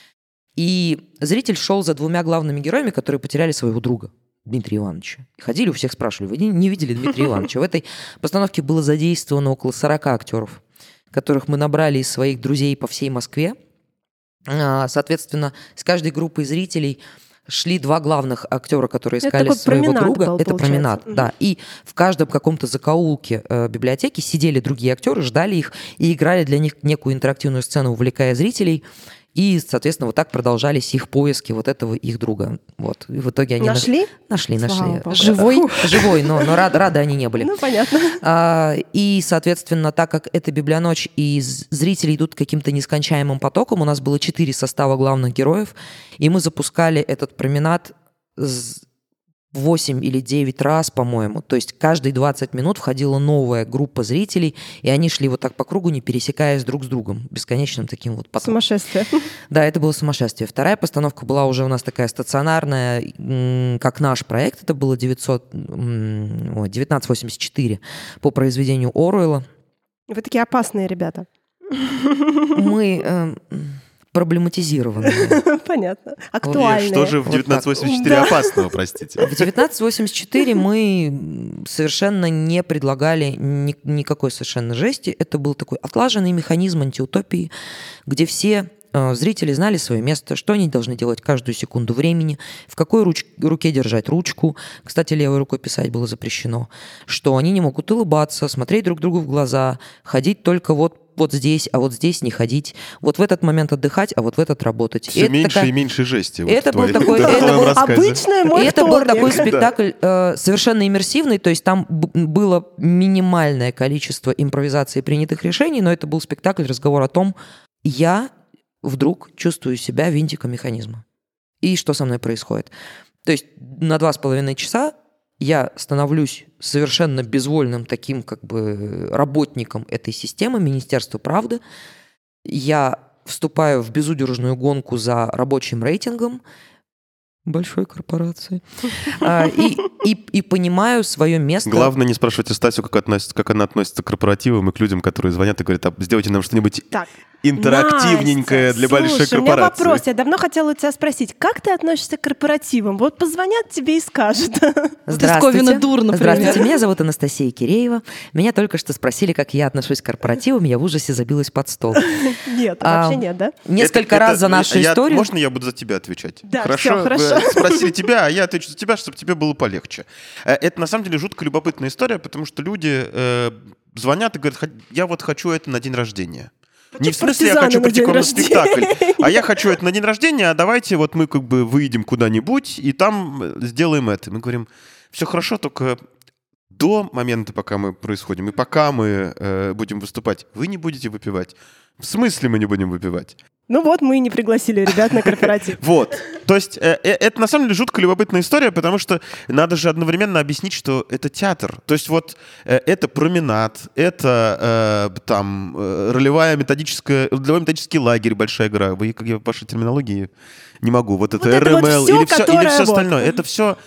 И зритель шел за двумя главными героями, которые потеряли своего друга Дмитрия Ивановича. Ходили, у всех спрашивали: вы не видели Дмитрия Ивановича? В этой постановке было задействовано около 40 актеров, которых мы набрали из своих друзей по всей Москве. Соответственно, с каждой группой зрителей шли два главных актера, которые искали своего друга. Был, это променад, да. И в каждом каком-то закоулке библиотеки сидели другие актеры, ждали их и играли для них некую интерактивную сцену, увлекая зрителей. И, соответственно, вот так продолжались их поиски вот этого их друга. Вот. И в итоге они нашли. Нашли. Живой, но рады они не были. Ну, понятно. И, соответственно, так как это библионочь, и зрители идут каким-то нескончаемым потоком, у нас было 4 состава главных героев, и мы запускали этот променад 8 или 9 раз, по-моему. То есть каждые 20 минут входила новая группа зрителей, и они шли вот так по кругу, не пересекаясь друг с другом, бесконечным таким вот потоком. Сумасшествие. Да, это было сумасшествие. Вторая постановка была уже у нас такая стационарная, как наш проект. Это было 1984 по произведению Оруэлла. Вы такие опасные ребята. Мы проблематизированы. Понятно. Актуальные. Что же в 1984 опасного, простите? В 1984 мы совершенно не предлагали никакой совершенно жести. Это был такой отлаженный механизм антиутопии, где все зрители знали свое место, что они должны делать каждую секунду времени, в какой руке держать ручку. Кстати, левой рукой писать было запрещено. Что они не могут улыбаться, смотреть друг другу в глаза, ходить только вот здесь, а вот здесь не ходить. Вот в этот момент отдыхать, а вот в этот работать. Все меньше и меньше жести. Это был такой обычный мой это был такой вторник. спектакль совершенно иммерсивный, то есть там было минимальное количество импровизации и принятых решений, но это был спектакль, разговор о том, я вдруг чувствую себя винтиком механизма. И что со мной происходит? То есть на 2,5 часа я становлюсь совершенно безвольным таким как бы работником этой системы, Министерства правды. Я вступаю в безудержную гонку за рабочим рейтингом. большой корпорации. И понимаю свое место. Главное, не спрашивайте Стасю, как она относится к корпоративам и к людям, которые звонят и говорят: сделайте нам что-нибудь интерактивненькое для большой корпорации. У меня вопрос. Я давно хотела у тебя спросить, как ты относишься к корпоративам? Вот позвонят тебе и скажут. Здравствуйте. Здравствуйте, меня зовут Анастасия Киреева. Меня только что спросили, как я отношусь к корпоративам. Я в ужасе забилась под стол. Нет, вообще нет, да? Несколько раз за нашу историю. Можно я буду за тебя отвечать? Да, хорошо. Хорошо. Спросили тебя, а я отвечу за тебя, чтобы тебе было полегче. Это на самом деле жутко любопытная история, потому что люди звонят и говорят: я вот хочу это на день рождения. Не в смысле, я хочу прийти к вам на спектакль, а я хочу это на день рождения, а давайте вот мы как бы выйдем куда-нибудь и там сделаем это. Мы говорим: все хорошо, только до момента, пока мы происходим, и пока мы будем выступать, вы не будете выпивать. В смысле мы не будем выпивать? Ну вот, мы и не пригласили ребят на корпоратив. Вот. То есть это на самом деле жутко любопытная история, потому что надо же одновременно объяснить, что это театр. То есть вот это променад, это там ролевой методический лагерь, большая игра. Вы, как я в вашей терминологии, не могу. Вот это РМЛ вот или все остальное. Это все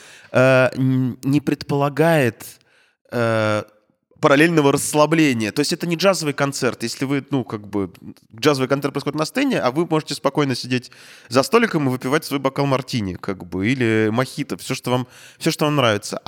не предполагает параллельного расслабления. То есть это не джазовый концерт. Если вы, джазовый концерт происходит на сцене, а вы можете спокойно сидеть за столиком и выпивать свой бокал мартини, или мохито, все, что вам нравится.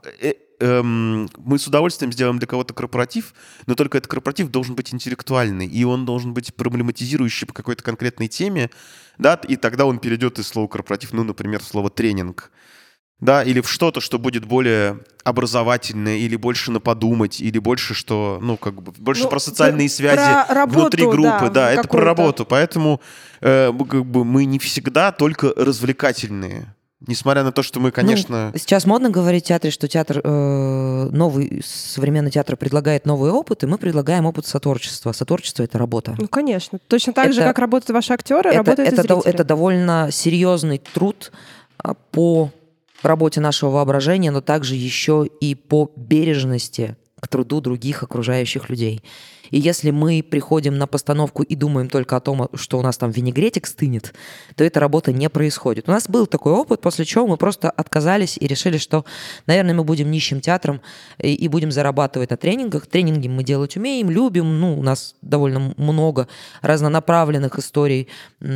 Мы с удовольствием сделаем для кого-то корпоратив, но только этот корпоратив должен быть интеллектуальный, и он должен быть проблематизирующий по какой-то конкретной теме, да, и тогда он перейдет из слова корпоратив, например, в слово тренинг. Да, или в что-то, что будет более образовательное, или больше на подумать, или больше больше про социальные связи внутри группы. Да, это про работу. Поэтому мы не всегда только развлекательные. Несмотря на то, что мы, конечно... Сейчас модно говорить в театре, что театр, новый современный театр предлагает новые опыты, мы предлагаем опыт сотворчества. Сотворчество — это работа. Ну, конечно. Точно так же, как работают ваши актеры, работают и зрители. Это довольно серьезный труд по работе нашего воображения, но также еще и по бережности к труду других окружающих людей. И если мы приходим на постановку и думаем только о том, что у нас там винегретик стынет, то эта работа не происходит. У нас был такой опыт, после чего мы просто отказались и решили, что, наверное, мы будем нищим театром и будем зарабатывать на тренингах. Тренинги мы делать умеем, любим. У нас довольно много разнонаправленных историй,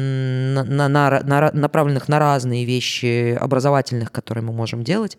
направленных на разные вещи образовательных, которые мы можем делать.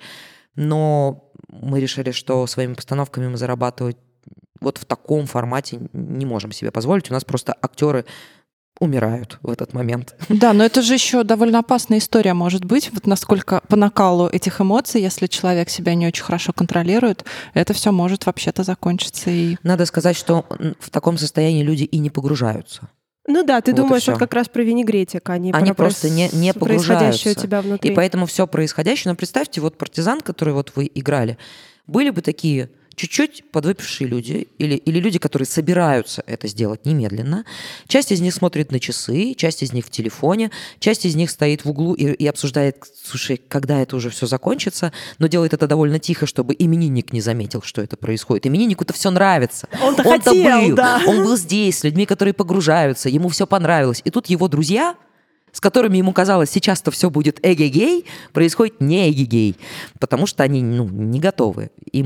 Но мы решили, что своими постановками мы зарабатывать вот в таком формате не можем себе позволить. У нас просто актеры умирают в этот момент. Да, но это же еще довольно опасная история может быть. Вот насколько по накалу этих эмоций, если человек себя не очень хорошо контролирует, это все может вообще-то закончиться. Надо сказать, что в таком состоянии люди и не погружаются. Ну да, ты думаешь вот как раз про винегретик, а не они про просто не погружаются. Происходящее у тебя внутри. И поэтому все происходящее. Но представьте, вот партизан, который вот вы играли, были бы такие чуть-чуть подвыпившие люди или люди, которые собираются это сделать немедленно. Часть из них смотрит на часы, часть из них в телефоне, часть из них стоит в углу и обсуждает: слушай, когда это уже все закончится, но делает это довольно тихо, чтобы именинник не заметил, что это происходит. Имениннику-то все нравится. Он-то хотел, да. Он был здесь, с людьми, которые погружаются, ему все понравилось. И тут его друзья, с которыми ему казалось, сейчас-то все будет эгегей, происходит не эгегей, потому что они не готовы.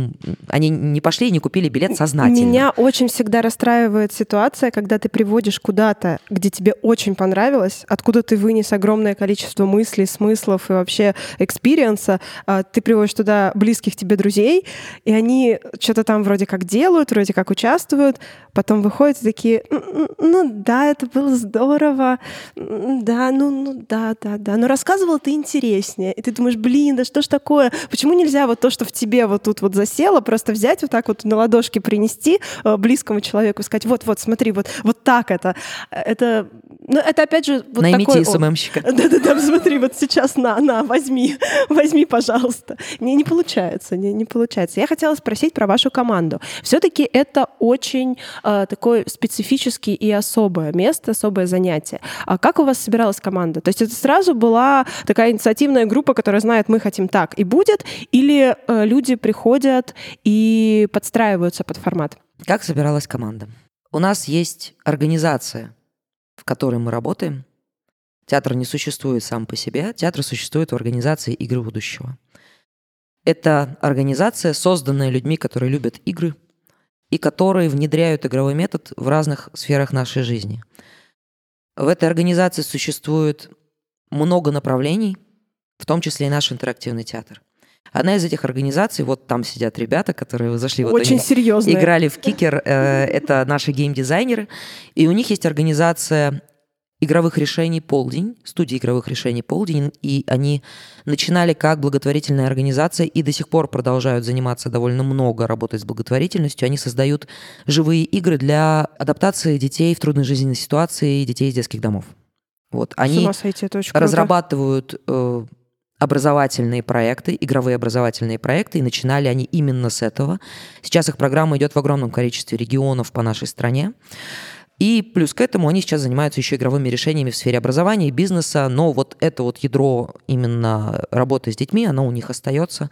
Они не пошли и не купили билет сознательно. Меня очень всегда расстраивает ситуация, когда ты приводишь куда-то, где тебе очень понравилось, откуда ты вынес огромное количество мыслей, смыслов и вообще экспириенса, ты приводишь туда близких тебе друзей, и они что-то там вроде как делают, вроде как участвуют, потом выходят и такие: ну да, это было здорово, да, да. Но рассказывал ты интереснее. И ты думаешь: блин, да что ж такое? Почему нельзя вот то, что в тебе вот тут вот засело, просто взять вот так вот на ладошке принести близкому человеку и сказать: вот, смотри, вот так это. Это опять же вот наймите такой... СММщика. Да, смотри, вот сейчас возьми, пожалуйста. Не получается, не получается. Я хотела спросить про вашу команду. Все-таки это очень такое специфическое и особое место, особое занятие. А как у вас собиралась команда? То есть это сразу была такая инициативная группа, которая знает: мы хотим так, и будет? Или люди приходят и подстраиваются под формат? Как собиралась команда? У нас есть организация, в которой мы работаем. Театр не существует сам по себе, театр существует в организации «Игры будущего». Это организация, созданная людьми, которые любят игры и которые внедряют игровой метод в разных сферах нашей жизни. В этой организации существует много направлений, в том числе и наш интерактивный театр. Одна из этих организаций, вот там сидят ребята, которые вы зашли, вот очень серьезно играли в кикер, это наши геймдизайнеры, и у них есть организация игровых решений «Полдень», студии игровых решений «Полдень», и они начинали как благотворительная организация и до сих пор продолжают заниматься довольно много, работать с благотворительностью. Они создают живые игры для адаптации детей в трудной жизненной ситуации и детей из детских домов. Вот. Они разрабатывают образовательные проекты, игровые образовательные проекты, и начинали они именно с этого. Сейчас их программа идет в огромном количестве регионов по нашей стране. И плюс к этому они сейчас занимаются еще игровыми решениями в сфере образования и бизнеса, но вот это вот ядро именно работы с детьми, оно у них остается.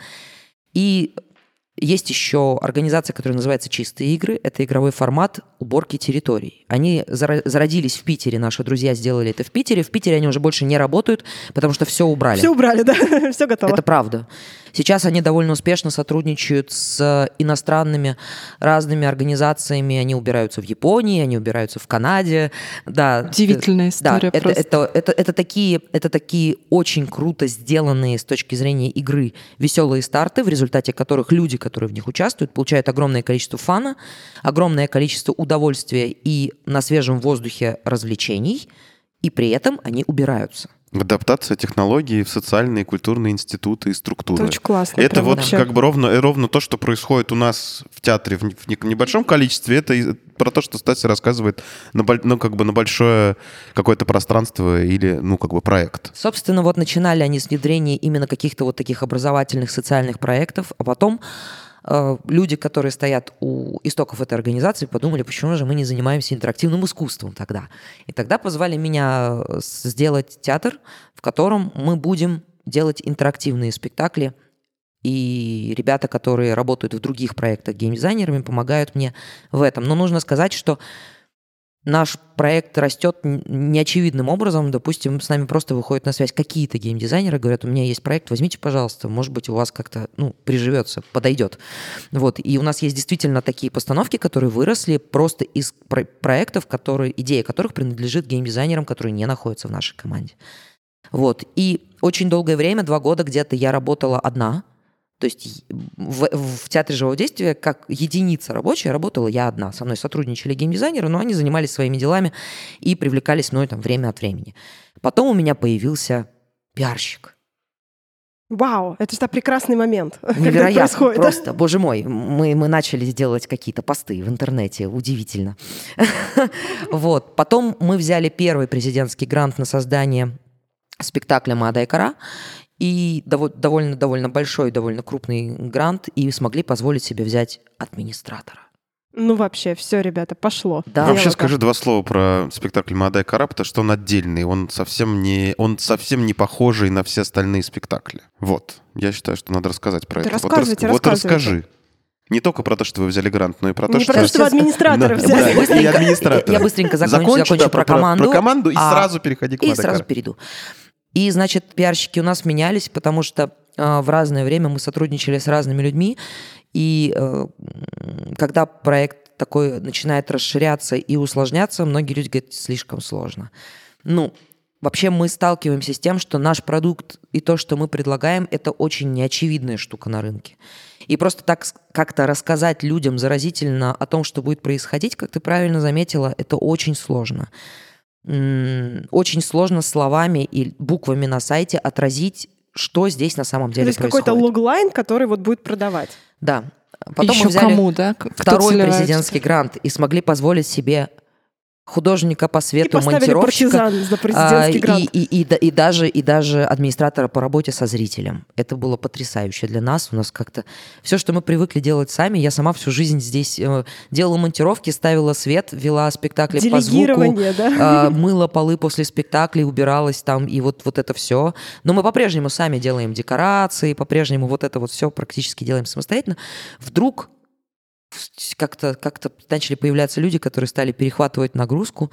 И есть еще организация, которая называется «Чистые игры». Это игровой формат уборки территорий. Они зародились в Питере, наши друзья сделали это в Питере. В Питере они уже больше не работают, потому что все убрали. Все убрали, да, все готово. Это правда. Сейчас они довольно успешно сотрудничают с иностранными разными организациями. Они убираются в Японии, они убираются в Канаде. Да, удивительная история. Да, это такие очень круто сделанные с точки зрения игры веселые старты, в результате которых люди, которые в них участвуют, получают огромное количество фана, огромное количество удовольствия и на свежем воздухе развлечений, и при этом они убираются. Адаптация технологий в социальные и культурные институты и структуры. Это очень классно. Это вот вообще. как бы ровно то, что происходит у нас в театре в небольшом количестве. Это про то, что Стася рассказывает на большое какое-то пространство или проект. Собственно, вот начинали они с внедрения именно каких-то вот таких образовательных социальных проектов, а потом люди, которые стоят у истоков этой организации, подумали, почему же мы не занимаемся интерактивным искусством тогда. И тогда позвали меня сделать театр, в котором мы будем делать интерактивные спектакли. И ребята, которые работают в других проектах геймдизайнерами, помогают мне в этом. Но нужно сказать, что наш проект растет неочевидным образом. Допустим, с нами просто выходят на связь какие-то геймдизайнеры, говорят, у меня есть проект, возьмите, пожалуйста, может быть, у вас как-то приживется, подойдет. Вот. И у нас есть действительно такие постановки, которые выросли просто из проектов, идея которых принадлежит геймдизайнерам, которые не находятся в нашей команде. Вот. И очень долгое время, 2 года где-то я работала одна. То есть в театре живого действия как единица рабочая работала я одна. Со мной сотрудничали геймдизайнеры, но они занимались своими делами и привлекались мной время от времени. Потом у меня появился пиарщик. Вау, это же прекрасный момент. Невероятно, просто, боже мой. Мы начали делать какие-то посты в интернете, удивительно. Вот. Потом мы взяли первый президентский грант на создание спектакля «Молодая кора», и довольно большой, довольно крупный грант, и смогли позволить себе взять администратора. Вообще, все, ребята, пошло. Да. Вообще скажи 2 слова про спектакль «Молодая кора», потому что он отдельный, он совсем не похожий на все остальные спектакли. Вот, я считаю, что надо рассказать про это. Рассказывайте. Вот расскажи. Не только про то, что вы взяли грант, но и про то, что... Не про то, что вы администратора взяли. И администратора. Я быстренько закончу про команду. Про команду и сразу переходи к «Молодой коре». И сразу перейду. И, значит, пиарщики у нас менялись, потому что в разное время мы сотрудничали с разными людьми, и когда проект такой начинает расширяться и усложняться, многие люди говорят, слишком сложно. Вообще мы сталкиваемся с тем, что наш продукт и то, что мы предлагаем, это очень неочевидная штука на рынке. И просто так как-то рассказать людям заразительно о том, что будет происходить, как ты правильно заметила, это очень сложно. Очень сложно словами и буквами на сайте отразить, что здесь на самом деле происходит. То есть какой-то логлайн, который будет продавать. Да. Потом еще мы взяли кому, да? второй президентский грант и смогли позволить себе художника по свету, и монтировщика, партизан за президентский грант. И даже администратора по работе со зрителем. Это было потрясающе для нас. У нас как-то все, что мы привыкли делать сами, я сама всю жизнь здесь делала монтировки, ставила свет, вела спектакли по звуку, да? мыла полы после спектаклей, убиралась там, и вот это все. Но мы по-прежнему сами делаем декорации, по-прежнему вот это вот все практически делаем самостоятельно. Вдруг как-то начали появляться люди, которые стали перехватывать нагрузку,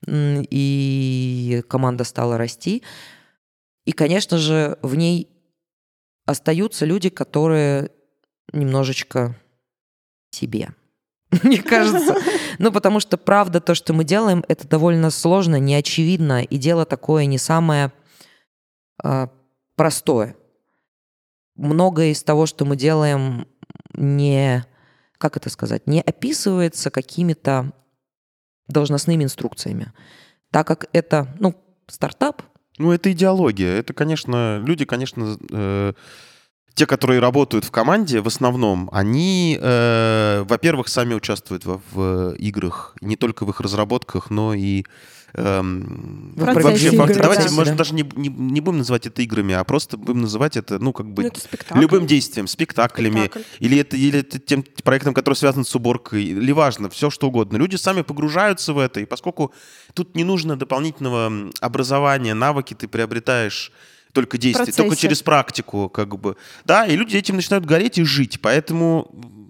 и команда стала расти. И, конечно же, в ней остаются люди, которые немножечко себе, мне кажется. Ну, потому что, правда, то, что мы делаем, это довольно сложно, неочевидно, и дело такое не самое простое. Многое из того, что мы делаем, не описывается какими-то должностными инструкциями. Так как это, стартап. Это идеология. Это, конечно, люди, те, которые работают в команде, в основном, они, во-первых, сами участвуют в играх, не только в их разработках, но и вообще, давайте, может, даже не будем называть это играми, а просто будем называть это, любым действием, спектаклями, или это тем проектом, который связан с уборкой, или важно, все что угодно. Люди сами погружаются в это, и поскольку тут не нужно дополнительного образования, навыки ты приобретаешь только действие, только через практику, Да, и люди этим начинают гореть и жить, поэтому...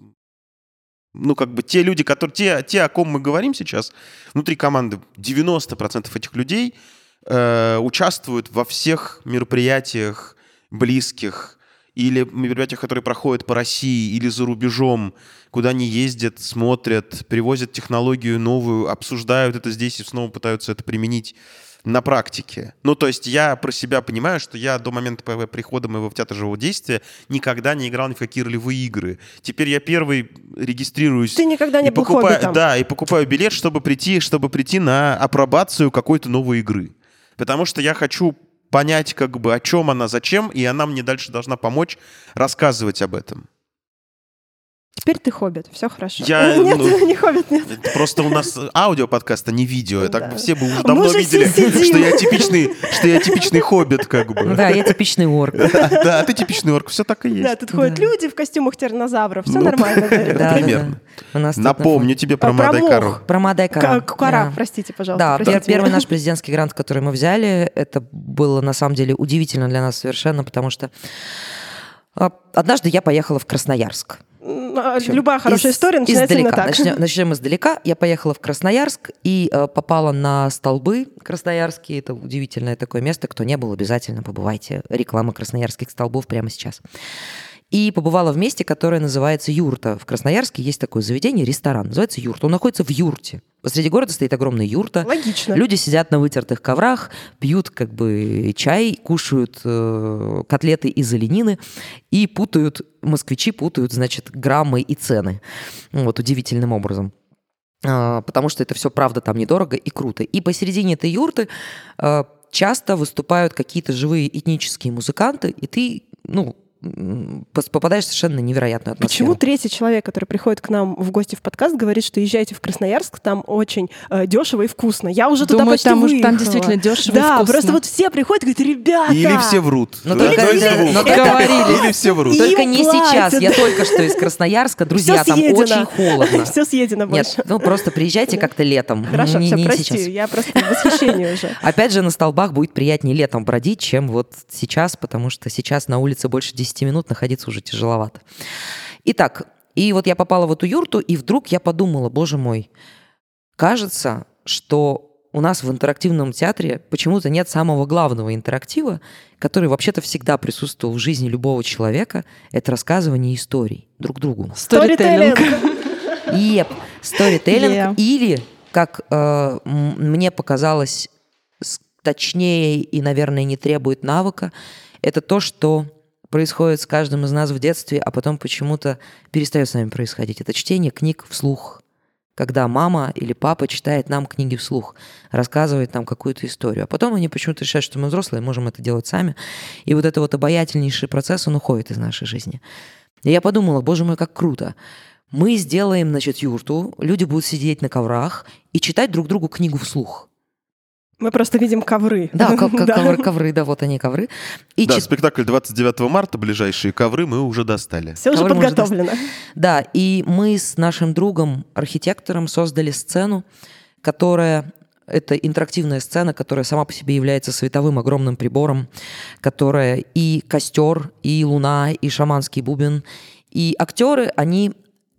те люди, те, о ком мы говорим сейчас, внутри команды 90% этих людей участвуют во всех мероприятиях близких или мероприятиях, которые проходят по России или за рубежом, куда они ездят, смотрят, привозят технологию новую, обсуждают это здесь и снова пытаются это применить на практике. То есть я про себя понимаю, что я до момента прихода моего в театр живого действия никогда не играл ни в какие ролевые игры. Теперь я первый регистрируюсь. Ты никогда не был хоббитом. Да, и покупаю билет, чтобы прийти на апробацию какой-то новой игры. Потому что я хочу понять, о чем она, зачем, и она мне дальше должна помочь рассказывать об этом. Теперь ты хоббит, все хорошо. Нет, не хоббит, нет. Просто у нас аудиоподкаст, а не видео. Так бы все бы уже давно видели, что я типичный хоббит, Да, я типичный орк. Да, ты типичный орк, все так и есть. Да, тут ходят люди в костюмах тираннозавров, все нормально. Примерно. Напомню тебе про Мадайкару. Про Мадайкару. Кара, простите, пожалуйста. Да, первый наш президентский грант, который мы взяли, это было на самом деле удивительно для нас совершенно, потому что однажды я поехала в Красноярск. Любая хорошая история начинается именно так. Начнем издалека. Я поехала в Красноярск и попала на столбы красноярские. Это удивительное такое место. Кто не был, обязательно побывайте. Реклама красноярских столбов прямо сейчас. И побывала в месте, которое называется Юрта. В Красноярске есть такое заведение, ресторан. Называется Юрта. Он находится в юрте. Посреди города стоит огромная юрта. Логично. Люди сидят на вытертых коврах, пьют чай, кушают котлеты из оленины и москвичи путают, граммы и цены. Удивительным образом. Потому что это все, правда, там недорого и круто. И посередине этой юрты часто выступают какие-то живые этнические музыканты, и ты, попадаешь в совершенно невероятную атмосферу. Почему третий человек, который приходит к нам в гости в подкаст, говорит, что езжайте в Красноярск, там очень дешево и вкусно? Я уже туда почти выехала. Там действительно дешево и вкусно. Да, просто все приходят и говорят, ребята... Или все врут. Или все врут. Только не сейчас. Я только что из Красноярска. Друзья, там очень холодно. Все съедено больше. Нет, просто приезжайте как-то летом. Хорошо, все, прости, я просто в восхищении уже. Опять же, на столбах будет приятнее летом бродить, чем сейчас, потому что сейчас на улице больше 10 минут находиться уже тяжеловато. Итак, и я попала в эту юрту, и вдруг я подумала, боже мой, кажется, что у нас в интерактивном театре почему-то нет самого главного интерактива, который вообще-то всегда присутствовал в жизни любого человека, это рассказывание историй друг другу. Сторителлинг. Сторителлинг. Или, как мне показалось, точнее и, наверное, не требует навыка, это то, что происходит с каждым из нас в детстве, а потом почему-то перестает с нами происходить. Это чтение книг вслух. Когда мама или папа читает нам книги вслух, рассказывает нам какую-то историю. А потом они почему-то решают, что мы взрослые, можем это делать сами. И это обаятельнейший процесс, он уходит из нашей жизни. И я подумала, боже мой, как круто. Мы сделаем, юрту, люди будут сидеть на коврах и читать друг другу книгу вслух. Мы просто видим ковры. Да, ковры, да, вот они ковры. Спектакль 29 марта, ближайшие ковры мы уже достали. Все уже подготовлено. Да, и мы с нашим другом, архитектором, создали сцену, это интерактивная сцена, которая сама по себе является световым огромным прибором, которая и костер, и луна, и шаманский бубен. И актеры, они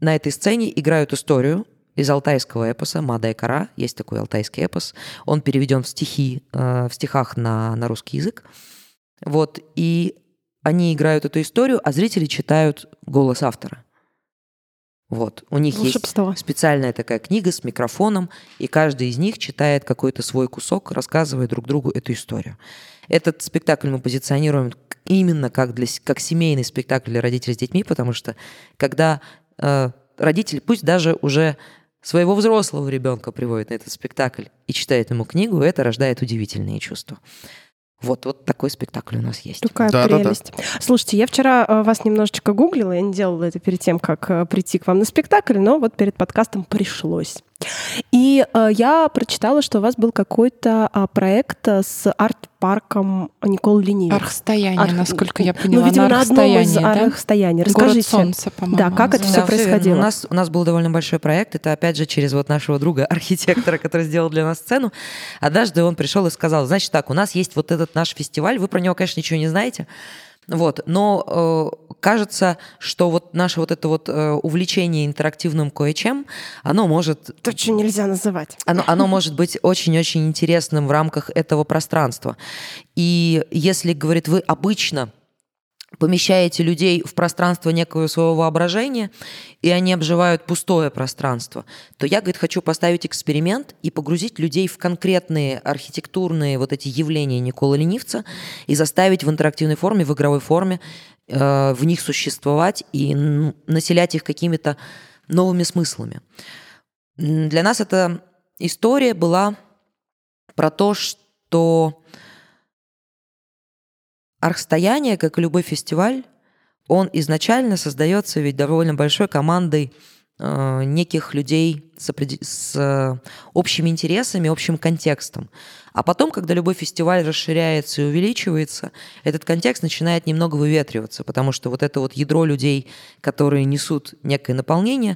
на этой сцене играют историю из алтайского эпоса «Мада и Кара». Есть такой алтайский эпос. Он переведен в стихах на русский язык. Вот. И они играют эту историю, а зрители читают голос автора. Вот. У них Волшебство. Есть специальная такая книга с микрофоном, и каждый из них читает какой-то свой кусок, рассказывая друг другу эту историю. Этот спектакль мы позиционируем именно как семейный спектакль для родителей с детьми, потому что когда родитель, пусть даже уже своего взрослого ребенка приводит на этот спектакль и читает ему книгу, это рождает удивительные чувства. Вот такой спектакль у нас есть. Такая прелесть. Слушайте, я вчера вас немножечко гуглила, я не делала это перед тем, как прийти к вам на спектакль, но вот перед подкастом пришлось. И я прочитала, что у вас был какой-то проект с арт-парком Николы Ленивец. Архстояние, насколько я поняла. Ну, видимо, на одном из архстояний. Расскажите, Город Солнца, по-моему. Да, как это все происходило? У нас был довольно большой проект. Это, опять же, через вот нашего друга, архитектора, который сделал для нас сцену. Однажды он пришел и сказал: значит так, у нас есть вот этот наш фестиваль, вы про него, конечно, ничего не знаете, вот, но кажется, что вот наше вот это вот увлечение интерактивным кое-чем, оно может... То, что нельзя называть. Оно может быть очень-очень интересным в рамках этого пространства. И если, говорит, вы обычно помещаете людей в пространство некого своего воображения, и они обживают пустое пространство, то я, говорит, хочу поставить эксперимент и погрузить людей в конкретные архитектурные вот эти явления Николы Ленивца и заставить в интерактивной форме, в игровой форме в них существовать и населять их какими-то новыми смыслами. Для нас эта история была про то, что Архстояние, как и любой фестиваль, он изначально создается ведь довольно большой командой неких людей с общими интересами, общим контекстом. А потом, когда любой фестиваль расширяется и увеличивается, этот контекст начинает немного выветриваться, потому что вот это вот ядро людей, которые несут некое наполнение,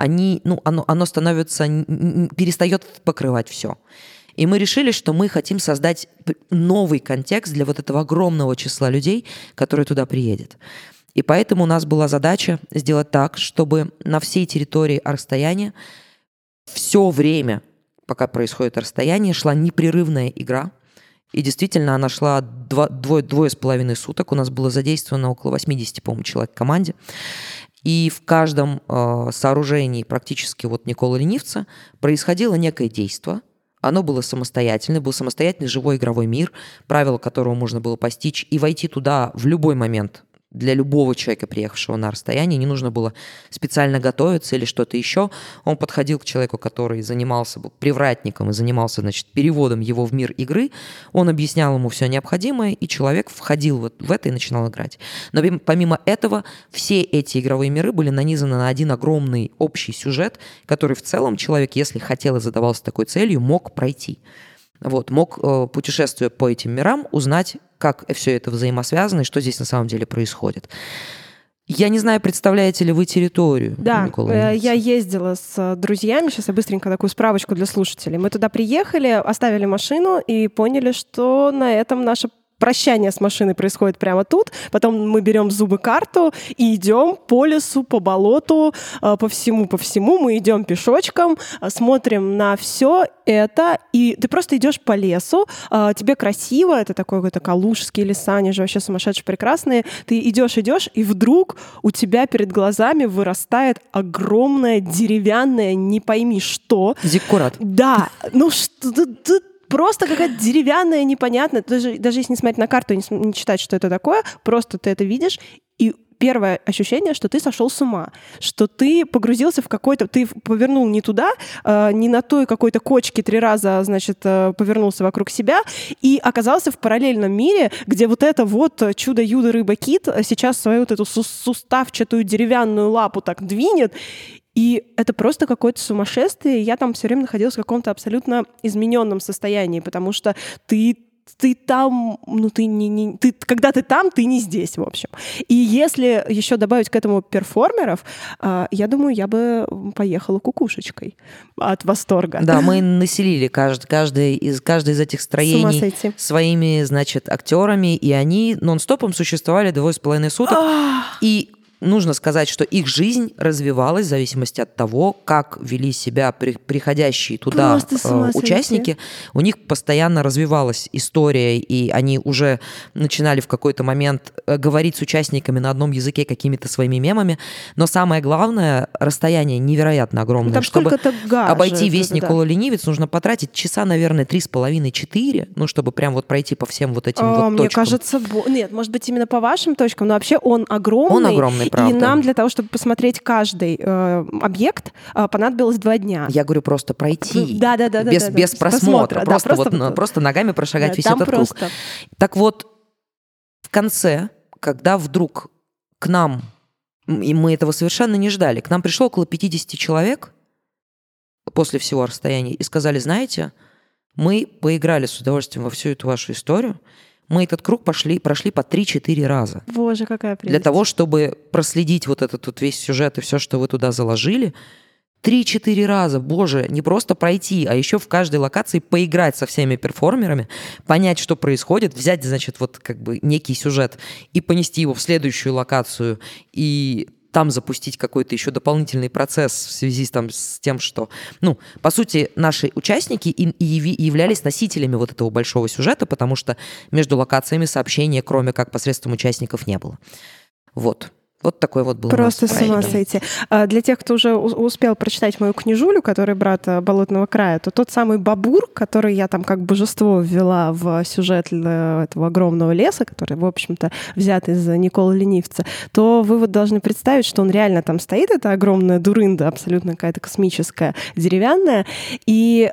оно становится, перестает покрывать все. И мы решили, что мы хотим создать новый контекст для вот этого огромного числа людей, которые туда приедет. И поэтому у нас была задача сделать так, чтобы на всей территории архстояния все время, пока происходит архстояние, шла непрерывная игра. И действительно, она шла 2,5 суток. У нас было задействовано около 80, по-моему, человек в команде. И в каждом сооружении практически вот Николы Ленивца происходило некое действие. Оно было самостоятельное, был самостоятельный живой игровой мир, правила которого можно было постичь и войти туда в любой момент. Для любого человека, приехавшего на расстояние, не нужно было специально готовиться или что-то еще. Он подходил к человеку, который был привратником и занимался, переводом его в мир игры. Он объяснял ему все необходимое, и человек входил в это и начинал играть. Но помимо этого, все эти игровые миры были нанизаны на один огромный общий сюжет, который в целом человек, если хотел и задавался такой целью, мог пройти. Вот, мог, путешествуя по этим мирам, узнать, как все это взаимосвязано и что здесь на самом деле происходит. Я не знаю, представляете ли вы территорию? Да, я ездила с друзьями, сейчас я быстренько такую справочку для слушателей. Мы туда приехали, оставили машину и поняли, что на этом наша прощание с машиной происходит прямо тут. Потом мы берем зубы карту и идем по лесу, по болоту, по всему. Мы идем пешочком, смотрим на все это, и ты просто идешь по лесу, тебе красиво, это такой какой-то калужские леса, они же вообще сумасшедшие прекрасные. Ты идешь, и вдруг у тебя перед глазами вырастает огромное деревянное, не пойми что. Зиккурат. Да, просто какая-то деревянная, непонятная. Даже если не смотреть на карту и не читать, что это такое, просто ты это видишь, и первое ощущение, что ты сошел с ума, что ты погрузился в какой-то... Ты повернул не туда, не на той какой-то кочке 3 раза, повернулся вокруг себя и оказался в параллельном мире, где вот это вот чудо-юдо-рыба-кит сейчас свою вот эту суставчатую деревянную лапу так двинет. И это просто какое-то сумасшествие. Я там все время находилась в каком-то абсолютно измененном состоянии, потому что ты там, когда ты там, ты не здесь, в общем. И если еще добавить к этому перформеров, я думаю, я бы поехала кукушечкой от восторга. Да, мы населили каждое из этих строений своими, актерами, и они нон-стопом существовали 2,5 суток. И нужно сказать, что их жизнь развивалась в зависимости от того, как вели себя приходящие туда участники. У них постоянно развивалась история, и они уже начинали в какой-то момент говорить с участниками на одном языке какими-то своими мемами. Но самое главное, расстояние невероятно огромное. Там чтобы обойти весь Никола Ленивец, нужно потратить часа, наверное, 3,5-4, ну, чтобы прям вот пройти по всем вот этим вот точкам. Мне кажется, нет, может быть, именно по вашим точкам, но вообще он огромный. Он огромный, правда. И нам для того, чтобы посмотреть каждый объект, понадобилось 2 дня. Я говорю, просто пройти. Да. Без просмотра. Просто ногами прошагать весь этот круг. Так вот, в конце, когда вдруг к нам, и мы этого совершенно не ждали, к нам пришло около 50 человек после всего расстояния и сказали, знаете, мы поиграли с удовольствием во всю эту вашу историю, мы этот круг прошли по 3-4 раза. Боже, какая прелесть. Для того, чтобы проследить вот этот вот весь сюжет и все, что вы туда заложили, 3-4 раза, боже, не просто пройти, а еще в каждой локации поиграть со всеми перформерами, понять, что происходит, взять, значит, вот как бы некий сюжет и понести его в следующую локацию и там запустить какой-то еще дополнительный процесс в связи с тем, что, ну, по сути, наши участники и являлись носителями вот этого большого сюжета, потому что между локациями сообщения, кроме как посредством участников, не было. Вот. Вот такой вот был. Просто с ума сойти. Для тех, кто уже успел прочитать мою книжулю, который брат «Болотного края», то тот самый Бабур, который я там как божество ввела в сюжет этого огромного леса, который, в общем-то, взят из Николы Ленивца, то вы вот должны представить, что он реально там стоит, это огромная дурында, абсолютно какая-то космическая, деревянная, и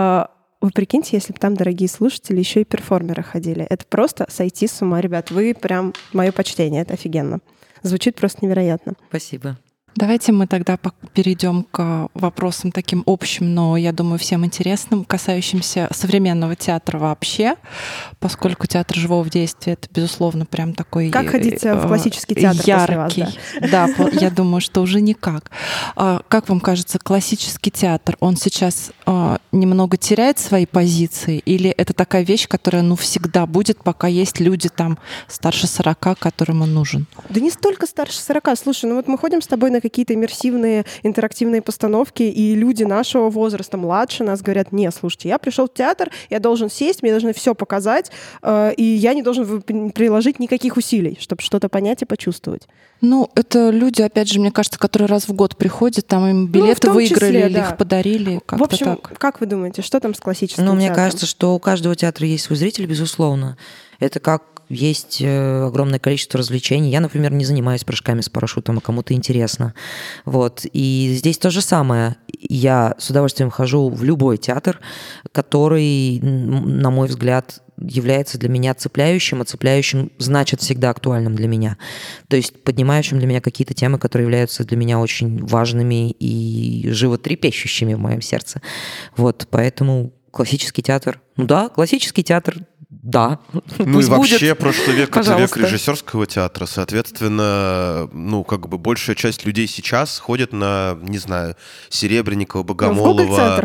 вы прикиньте, если бы там, дорогие слушатели, еще и перформеры ходили. Это просто сойти с ума, ребят. Вы прям мое почтение, это офигенно. Звучит просто невероятно. Спасибо. Давайте мы тогда перейдем к вопросам таким общим, но, я думаю, всем интересным, касающимся современного театра вообще, поскольку театр живого действия — это, безусловно, прям такой как ходить в классический театр яркий. После вас, да, я думаю, что уже никак. Как вам кажется, классический театр, он сейчас немного теряет свои позиции, или это такая вещь, которая, ну, всегда будет, пока есть люди там старше 40, которым он нужен? Да не столько старше 40. Слушай, ну вот мы ходим с тобой на какие-то иммерсивные интерактивные постановки, и люди нашего возраста, младше нас, говорят: не, слушайте, я пришел в театр, я должен сесть, мне должны все показать, и я не должен приложить никаких усилий, чтобы что-то понять и почувствовать. Ну, это люди, опять же, мне кажется, которые раз в год приходят, там им билеты выиграли, или их подарили, как-то. В общем, так. Как вы думаете, что там с классическим театром? Ну, мне кажется, что у каждого театра есть свой зритель, безусловно. Это как есть огромное количество развлечений. Я, например, не занимаюсь прыжками с парашютом, а кому-то интересно. Вот. И здесь то же самое. Я с удовольствием хожу в любой театр, который, на мой взгляд, является для меня цепляющим, а цепляющим значит всегда актуальным для меня. То есть поднимающим для меня какие-то темы, которые являются для меня очень важными и животрепещущими в моем сердце. Вот. Поэтому классический театр. Ну да, классический театр. Да. Ну и вообще будет. прошлый век — это Пожалуйста. век режиссерского театра. Соответственно, ну как бы большая часть людей сейчас ходит на, не знаю, Серебренникова, Богомолова,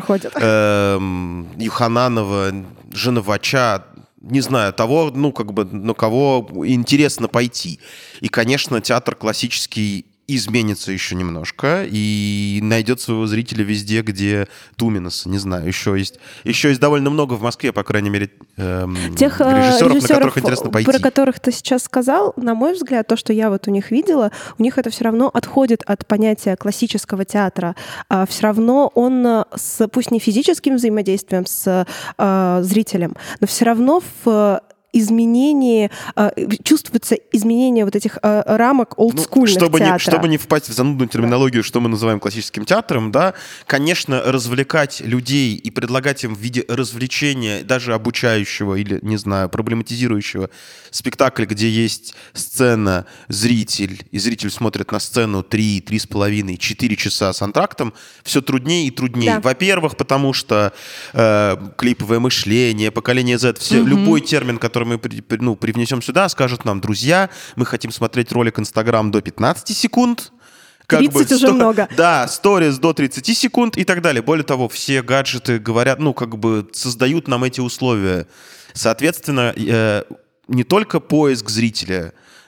Юхананова, Женовача, не знаю, того, ну как бы на кого интересно пойти. И, конечно, театр классический изменится еще немножко и найдет своего зрителя везде, где Туминас, не знаю, еще есть довольно много в Москве, по крайней мере, тех режиссеров, на которых интересно пойти. Про которых ты сейчас сказал, на мой взгляд, то, что я вот у них видела, у них это все равно отходит от понятия классического театра. Все равно он, пусть не физическим взаимодействием с зрителем, но все равно в изменение, чувствуется изменение вот этих рамок олдскульных театра. Чтобы не впасть в занудную терминологию, что мы называем классическим театром, да, конечно, развлекать людей и предлагать им в виде развлечения, даже обучающего или, не знаю, проблематизирующего спектакль, где есть сцена, зритель, и зритель смотрит на сцену 3, 3,5, 4 часа с антрактом, все труднее и труднее. Да. Во-первых, потому что клиповое мышление, поколение Z, любой термин, который мы привнесем сюда, скажут нам: друзья, мы хотим смотреть ролик Инстаграм до 15 секунд. 30 уже много. Да, сторис до 30 секунд и так далее. Более того, все гаджеты говорят, создают нам эти условия. Соответственно, не только поиск зрителя,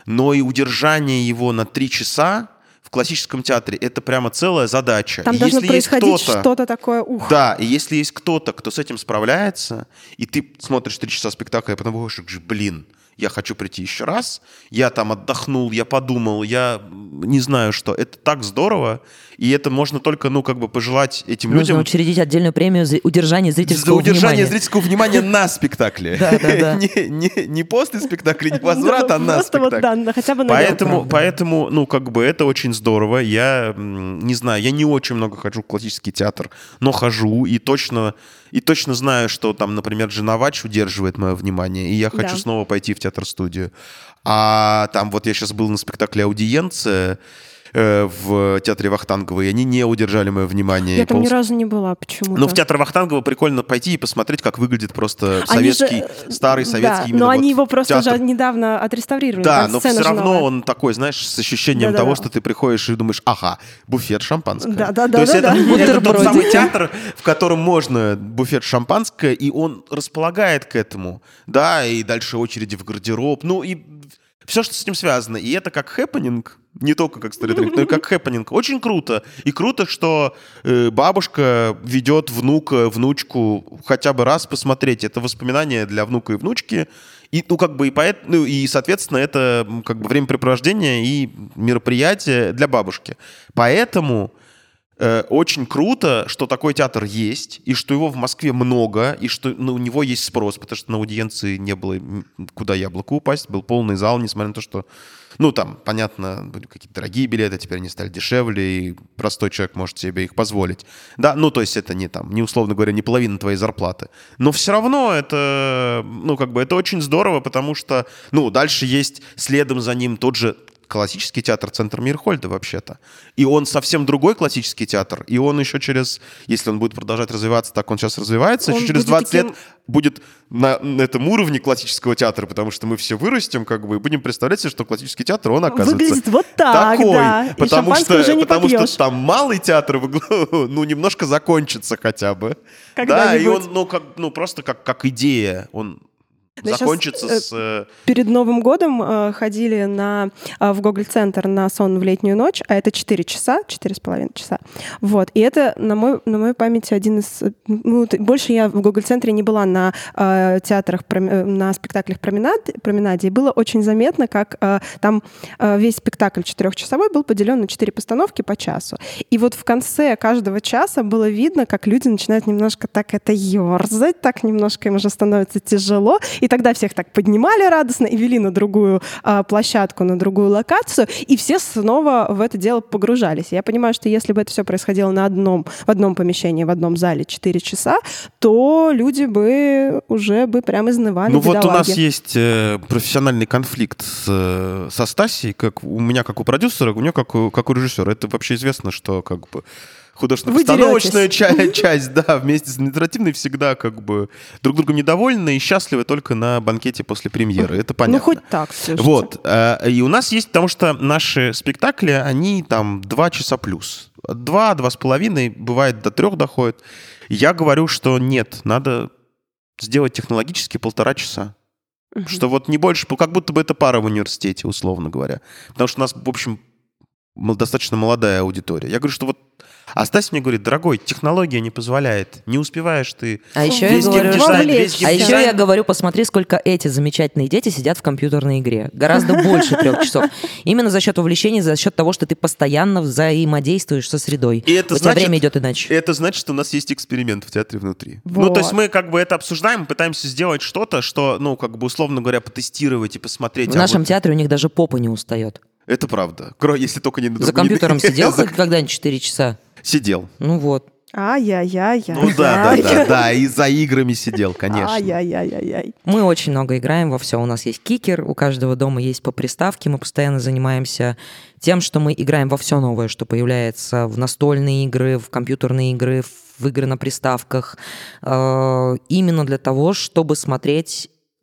но и удержание его на 3 часа в классическом театре — это прямо целая задача. Там И должно если есть происходить кто-то, что-то такое, ух. да, и если есть кто-то, кто с этим справляется, и ты смотришь 3 часа спектакля, и потом выходишь, блин, я хочу прийти еще раз, я там отдохнул, я подумал, я не знаю что. Это так здорово, и это можно только, пожелать этим Нужно людям. учредить отдельную премию за удержание зрительского За удержание внимания. зрительского внимания на спектакле. Да. Не после спектакля, не возврат, а на спектакле. Да, хотя бы на Поэтому, это очень здорово. Я не знаю, я не очень много хожу в классический театр, но хожу и точно знаю, что там, например, Женовач удерживает мое внимание, и я хочу снова пойти в театр-студию. А там вот я сейчас был на спектакле «Аудиенция» в театре Вахтангова, и они не удержали мое внимание. Я там ни разу не была, почему-то. Но в театр Вахтангова прикольно пойти и посмотреть, как выглядит просто старый советский но они его просто театр. уже недавно отреставрировали. Да, но все равно он такой, знаешь, с ощущением того, что ты приходишь и думаешь, ага, буфет шампанское. Да. есть это тот самый театр, в котором можно буфет шампанское, и он располагает к этому. Да, и дальше очереди в гардероб. И все, что с этим связано. И это как хэппенинг, не только как сторителлинг, но и как хэппенинг. Очень круто. И круто, что бабушка ведет внука, внучку хотя бы раз посмотреть. Это воспоминания для внука и внучки. И, соответственно, это времяпрепровождение и мероприятие для бабушки. Поэтому очень круто, что такой театр есть, и что его в Москве много, и что у него есть спрос, потому что на аудиенции не было куда яблоку упасть, был полный зал, несмотря на то, что, там, понятно, были какие-то дорогие билеты, теперь они стали дешевле, и простой человек может себе их позволить. Да, то есть это не условно говоря, не половина твоей зарплаты. Но все равно это, это очень здорово, потому что, дальше есть следом за ним тот же классический театр «Центр Мейерхольда» вообще-то. И он совсем другой классический театр. И он еще если он будет продолжать развиваться, так он сейчас развивается, еще через 20 лет будет на этом уровне классического театра, потому что мы все вырастем, и будем представлять себе, что классический театр, он оказывается выглядит вот так, такой. да. Потому что там малый театр, немножко закончится хотя бы. Да, и он, просто как идея, он закончится с... Перед Новым годом ходили в Гоголь-центр на сон в летнюю ночь, а это 4 часа, 4,5 часа. Вот. И это, на моей памяти, один из... больше я в Гоголь-центре не была на театрах, на спектаклях «Променаде», и было очень заметно, как там весь спектакль 4-часовой был поделен на 4 постановки по часу. И вот в конце каждого часа было видно, как люди начинают немножко так ерзать, так немножко им уже становится тяжело. И тогда всех так поднимали радостно и вели на другую площадку, на другую локацию, и все снова в это дело погружались. Я понимаю, что если бы это все происходило в одном помещении, в одном зале 4 часа, то люди бы уже прям изнывали, бедолаги. Вот у нас есть профессиональный конфликт со Стасей, как у меня, как у продюсера, у нее, как у режиссера. Это вообще известно, что художественно-постановочная часть, да, вместе с административной всегда друг другом недовольны и счастливы только на банкете после премьеры. Это понятно. Хоть так. Слушайте. Вот. И у нас есть, потому что наши спектакли, они там 2 часа плюс. 2-2,5, бывает до 3 доходит. Я говорю, что нет, надо сделать технологически 1,5 часа. Что не больше, как будто бы это пара в университете, условно говоря. Потому что у нас, в общем, достаточно молодая аудитория. Я говорю, что А Стась мне говорит: дорогой, технология не позволяет, не успеваешь ты. А еще я говорю, посмотри, сколько эти замечательные дети сидят в компьютерной игре. Гораздо больше 3 часов. Именно за счет увлечения, за счет того, что ты постоянно взаимодействуешь со средой. И это у тебя время идет иначе. Это значит, что у нас есть эксперимент в театре внутри. Вот. То есть мы это обсуждаем, пытаемся сделать что-то, что, условно говоря, потестировать и посмотреть. В нашем театре у них даже попа не устает. Это правда. Если только не на За компьютером сидел когда-нибудь 4 часа? Сидел. Вот. Ай-яй-яй-яй. Да, и за играми сидел, конечно. Ай-яй-яй-яй-яй. Мы очень много играем во все. У нас есть кикер, у каждого дома есть по приставке. Мы постоянно занимаемся тем, что мы играем во все новое, что появляется в настольные игры, в компьютерные игры, в игры на приставках. Именно для того, чтобы смотреть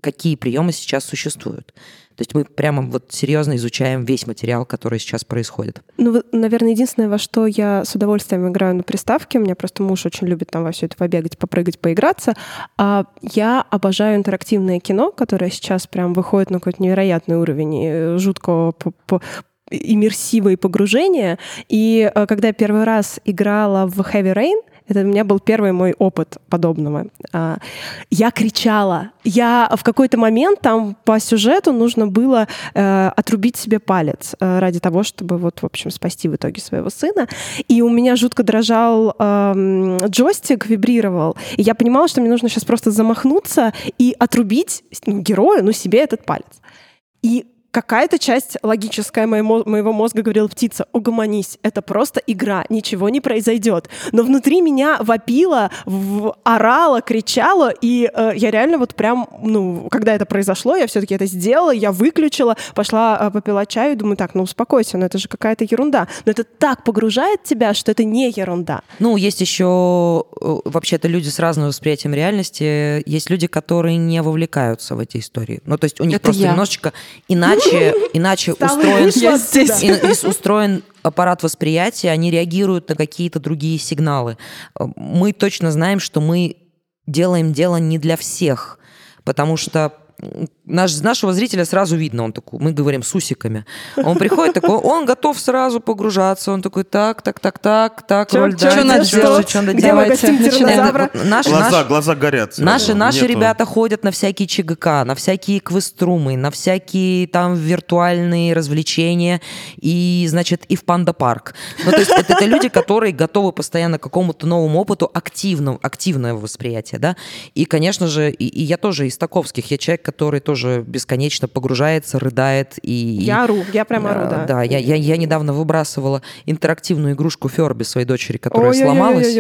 какие приемы сейчас существуют. То есть мы прямо вот серьезно изучаем весь материал, который сейчас происходит. Ну, наверное, единственное, во что я с удовольствием играю на приставке, у меня просто муж очень любит там во все это побегать, попрыгать, поиграться. Я обожаю интерактивное кино, которое сейчас прям выходит на какой-то невероятный уровень жуткого иммерсива и погружения. И когда я первый раз играла в Heavy Rain, это у меня был первый мой опыт подобного. Я кричала. Я в какой-то момент там по сюжету нужно было отрубить себе палец ради того, чтобы вот, в общем, спасти в итоге своего сына. И у меня жутко дрожал джойстик, вибрировал. И я понимала, что мне нужно сейчас просто замахнуться и отрубить герою, себе этот палец. И какая-то часть логическая моего мозга говорила: птица, угомонись, это просто игра, ничего не произойдет. Но внутри меня вопила, орала, кричала, и я реально вот прям, когда это произошло, я все-таки это сделала, я выключила, пошла попила чаю и думаю: так, успокойся, это же какая-то ерунда. Но это так погружает тебя, что это не ерунда. Есть еще вообще-то люди с разным восприятием реальности, есть люди, которые не вовлекаются в эти истории. То есть у них это просто немножечко иначе устроен аппарат восприятия, они реагируют на какие-то другие сигналы. Мы точно знаем, что мы делаем дело не для всех, потому что нашего зрителя сразу видно, он такой, мы говорим с усиками. Он приходит такой, он готов сразу погружаться, он такой, так, роль дальше, что надо делать? Что надо делать? Глаза горят. Наши ребята ходят на всякие ЧГК, на всякие квест-румы, на всякие там виртуальные развлечения и, и в панда-парк. То есть это люди, которые готовы постоянно к какому-то новому опыту, активное восприятие, да. И, конечно же, и я тоже из таковских, я человек, который тоже бесконечно погружается, рыдает. Я прям ору, да. Да, я недавно выбрасывала интерактивную игрушку Ферби своей дочери, которая сломалась.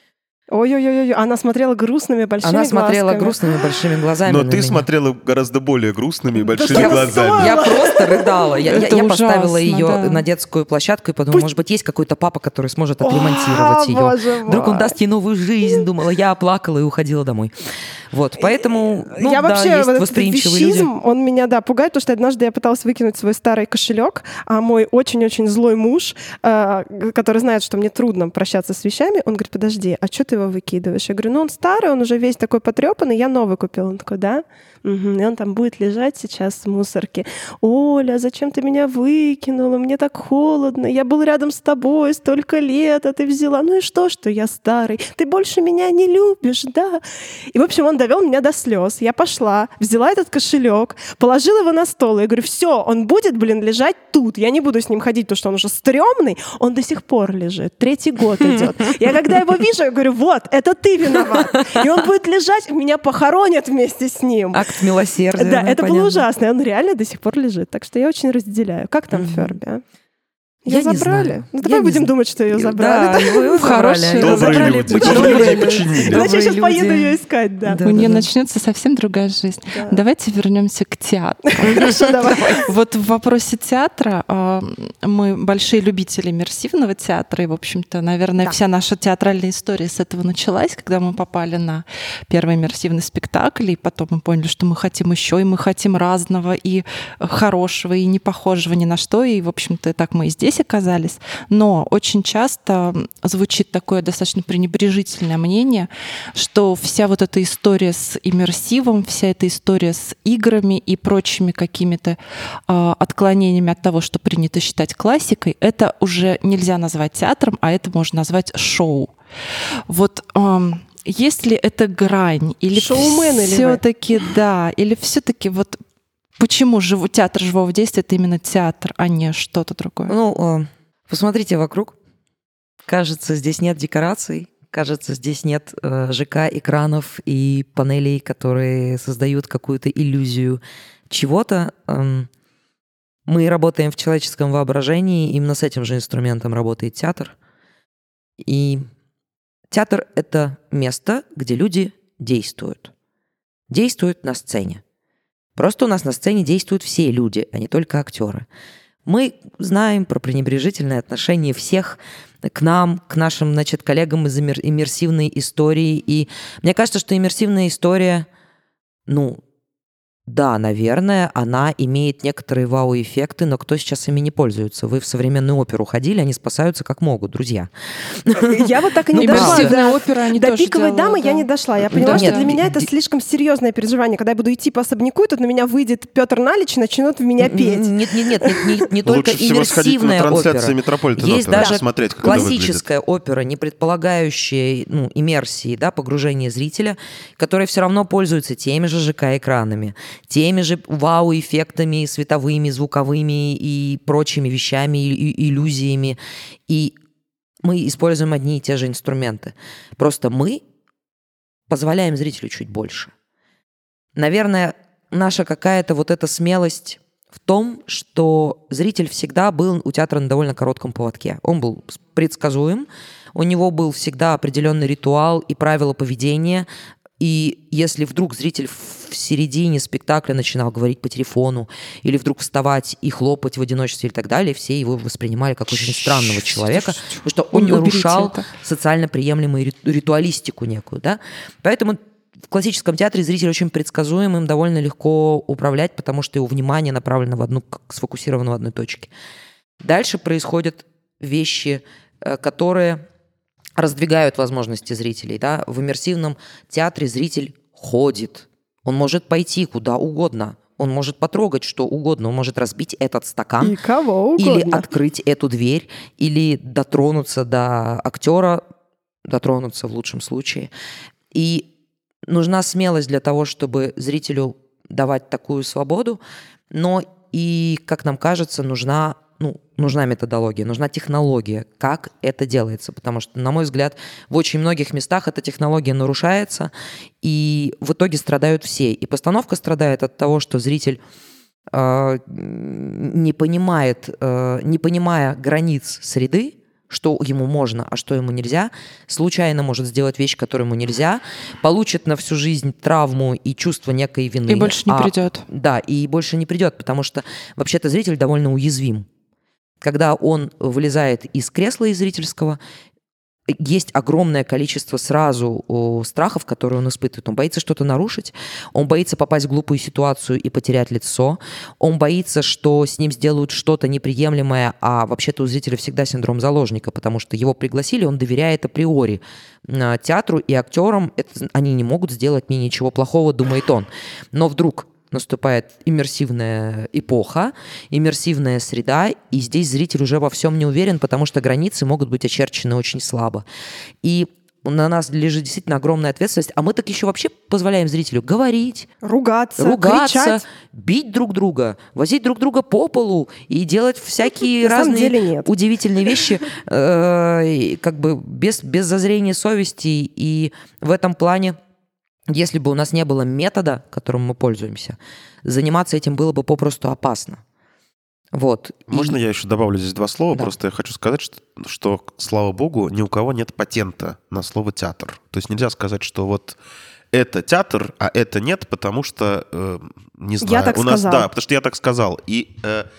Ой-ой-ой, она смотрела грустными большими глазами. Она смотрела грустными большими глазами. Но ты смотрела гораздо более грустными большими глазами. Я просто рыдала. Я поставила ее на детскую площадку и подумала, может быть, есть какой-то папа, который сможет отремонтировать ее. Вдруг он даст ей новую жизнь. Думала, я плакала и уходила домой. Вот, поэтому, есть восприимчивые люди. Он меня, пугает, потому что однажды я пыталась выкинуть свой старый кошелек, а мой очень-очень злой муж, который знает, что мне трудно прощаться с вещами, он говорит: подожди, а что ты его выкидываешь? Я говорю: он старый, он уже весь такой потрепанный, я новый купил. Он такой: да? Угу. И он там будет лежать сейчас в мусорке. Оля, зачем ты меня выкинула? Мне так холодно. Я был рядом с тобой столько лет, а ты взяла. Ну и что я старый? Ты больше меня не любишь, да? И, в общем, он довел меня до слез. Я пошла, взяла этот кошелек, положила его на стол. Я говорю: все, он будет, лежать тут. Я не буду с ним ходить, потому что он уже стрёмный. Он до сих пор лежит. 3-й год идет. Я когда его вижу, я говорю: вот, это ты виноват. И он будет лежать, меня похоронят вместе с ним. Акт милосердия. Да, это было ужасно. И он реально до сих пор лежит. Так что я очень разделяю. Как там Ферби, а? Ее забрали? Давай будем думать, что ее забрали. Да, его забрали. Добрые люди. Добрые починили. Значит, я сейчас поеду ее искать, да. У нее начнется совсем другая жизнь. Давайте вернемся к театру. Хорошо, давай. Вот в вопросе театра мы большие любители иммерсивного театра, и, в общем-то, наверное, вся наша театральная история с этого началась, когда мы попали на первый иммерсивный спектакль, и потом мы поняли, что мы хотим еще, и мы хотим разного, и хорошего, и не похожего ни на что, и, в общем-то, так мы и здесь оказались. Но очень часто звучит такое достаточно пренебрежительное мнение, что вся вот эта история с иммерсивом, вся эта история с играми и прочими какими-то отклонениями от того, что принято считать классикой, это уже нельзя назвать театром, а это можно назвать шоу. Вот есть ли это грань? Или все-таки, да, или все-таки вот почему театр живого действия — это именно театр, а не что-то другое? Посмотрите вокруг. Кажется, здесь нет декораций. Кажется, здесь нет ЖК, экранов и панелей, которые создают какую-то иллюзию чего-то. Мы работаем в человеческом воображении, именно с этим же инструментом работает театр. И театр — это место, где люди действуют. Действуют на сцене. Просто у нас на сцене действуют все люди, а не только актеры. Мы знаем про пренебрежительное отношение всех к нам, к нашим, коллегам из иммерсивной истории. И мне кажется, что иммерсивная история, да, наверное, она имеет некоторые вау-эффекты, но кто сейчас ими не пользуется? Вы в современную оперу ходили, они спасаются как могут, друзья. Я вот так и не дошла. Иммерсивная опера они До тоже «Пиковой дамы» делают, я да. не дошла. Я поняла, что для меня это слишком серьезное переживание. Когда я буду идти по особняку, и тут на меня выйдет Петр Налич и начнут в меня петь. Нет, не только Лучше всего сходить на иммерсивная трансляции опера. Метрополитен Есть оперы, даже посмотреть, как это выглядит. классическая опера, не предполагающая иммерсии, да, погружения зрителя, которая все равно пользуется теми же ЖК-экранами, теми же вау-эффектами световыми, звуковыми и прочими вещами, и иллюзиями. И мы используем одни и те же инструменты. Просто мы позволяем зрителю чуть больше. Наверное, наша какая-то вот эта смелость в том, что зритель всегда был у театра на довольно коротком поводке. Он был предсказуем, у него был всегда определенный ритуал и правила поведения. И если вдруг зритель в середине спектакля начинал говорить по телефону или вдруг вставать и хлопать в одиночестве и так далее, все его воспринимали как очень странного человека, потому что он нарушал социально приемлемую ритуалистику некую. Да? Поэтому в классическом театре зритель очень предсказуем, им довольно легко управлять, потому что его внимание направлено сфокусировано в одной точке. Дальше происходят вещи, которые раздвигают возможности зрителей. Да? В иммерсивном театре зритель ходит. Он может пойти куда угодно. Он может потрогать что угодно. Он может разбить этот стакан. И кого угодно. Или открыть эту дверь. Или дотронуться до актера. Дотронуться в лучшем случае. И нужна смелость для того, чтобы зрителю давать такую свободу. Но и, как нам кажется, нужна методология, нужна технология, как это делается. Потому что, на мой взгляд, в очень многих местах эта технология нарушается, и в итоге страдают все. И постановка страдает от того, что зритель, не понимая границ среды, что ему можно, а что ему нельзя, случайно может сделать вещь, которую ему нельзя, получит на всю жизнь травму и чувство некой вины. И больше не придет. Да, и больше не придет, потому что вообще-то зритель довольно уязвим. Когда он вылезает из кресла из зрительского, есть огромное количество сразу страхов, которые он испытывает. Он боится что-то нарушить, он боится попасть в глупую ситуацию и потерять лицо, он боится, что с ним сделают что-то неприемлемое, а вообще-то у зрителя всегда синдром заложника, потому что его пригласили, он доверяет априори театру и актерам, они не могут сделать мне ничего плохого, думает он. Но вдруг наступает иммерсивная эпоха, иммерсивная среда, и здесь зритель уже во всем не уверен, потому что границы могут быть очерчены очень слабо. И на нас лежит действительно огромная ответственность, а мы так еще вообще позволяем зрителю говорить, ругаться, кричать, бить друг друга, возить друг друга по полу и делать всякие разные удивительные вещи, как бы без зазрения совести. И в этом плане, если бы у нас не было метода, которым мы пользуемся, заниматься этим было бы попросту опасно. Вот. Можно я еще добавлю здесь два слова? Да. Просто я хочу сказать, что, слава богу, ни у кого нет патента на слово «театр». То есть нельзя сказать, что вот это театр, а это нет, потому что, не знаю, я так у нас, сказал. да, потому что я так сказал. И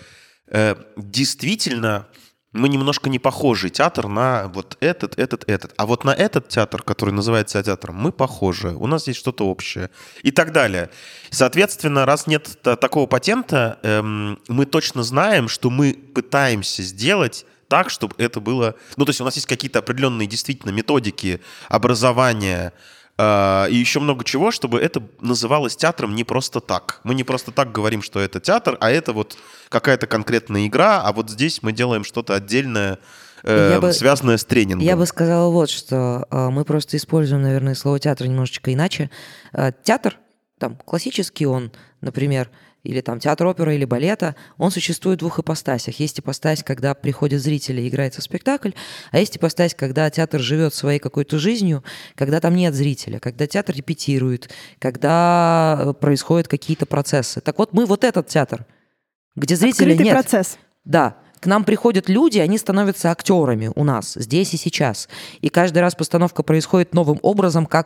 действительно, мы немножко не похожи театр на вот этот. А вот на этот театр, который называется театром, мы похожи. У нас есть что-то общее. И так далее. Соответственно, раз нет такого патента, мы точно знаем, что мы пытаемся сделать так, чтобы это было... Ну, то есть у нас есть какие-то определенные действительно методики образования и еще много чего, чтобы это называлось театром не просто так. Мы не просто так говорим, что это театр, а это вот какая-то конкретная игра, а вот здесь мы делаем что-то отдельное, связанное с тренингом. Я бы сказала вот, что мы просто используем, наверное, слово «театр» немножечко иначе. Театр, там, классический он, например, или там театр оперы или балета, он существует в двух ипостасях. Есть ипостась, когда приходят зрители и играется спектакль, а есть ипостась, когда театр живет своей какой-то жизнью, когда там нет зрителя, когда театр репетирует, когда происходят какие-то процессы. Так вот, мы вот этот театр, где зрителя Открытый нет. процесс. Да. К нам приходят люди, они становятся актерами у нас, здесь и сейчас. И каждый раз постановка происходит новым образом, как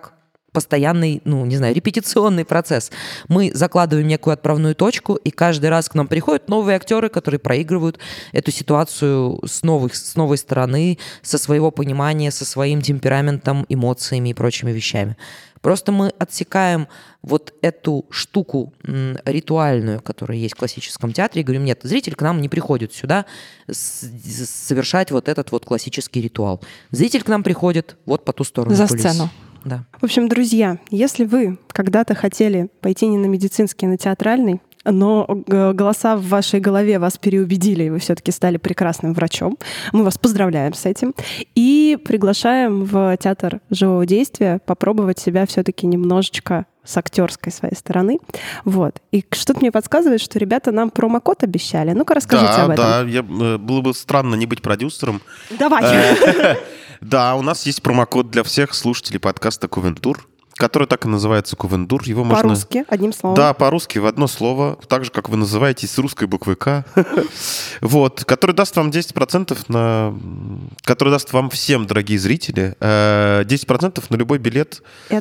постоянный, репетиционный процесс. Мы закладываем некую отправную точку, и каждый раз к нам приходят новые актеры, которые проигрывают эту ситуацию с новой стороны, со своего понимания, со своим темпераментом, эмоциями и прочими вещами. Просто мы отсекаем вот эту штуку ритуальную, которая есть в классическом театре, и говорим, нет, зритель к нам не приходит сюда совершать вот этот вот классический ритуал. Зритель к нам приходит вот по ту сторону за кулис. сцену. Да. В общем, друзья, если вы когда-то хотели пойти не на медицинский, а на театральный, но голоса в вашей голове вас переубедили, и вы все-таки стали прекрасным врачом, мы вас поздравляем с этим и приглашаем в театр живого действия попробовать себя все-таки немножечко с актерской своей стороны. Вот. И что-то мне подсказывает, что ребята нам промокод обещали. Ну-ка, расскажите об этом. Да, было бы странно не быть продюсером. Давай. Да, у нас есть промокод для всех слушателей подкаста «Кувентур», который так и называется «Кувендур». Его можно... По-русски, одним словом. Да, по-русски, в одно слово, так же, как вы называетесь, с русской буквы «К». Вот, который даст вам 10% на... Который даст вам всем, дорогие зрители, 10% на любой билет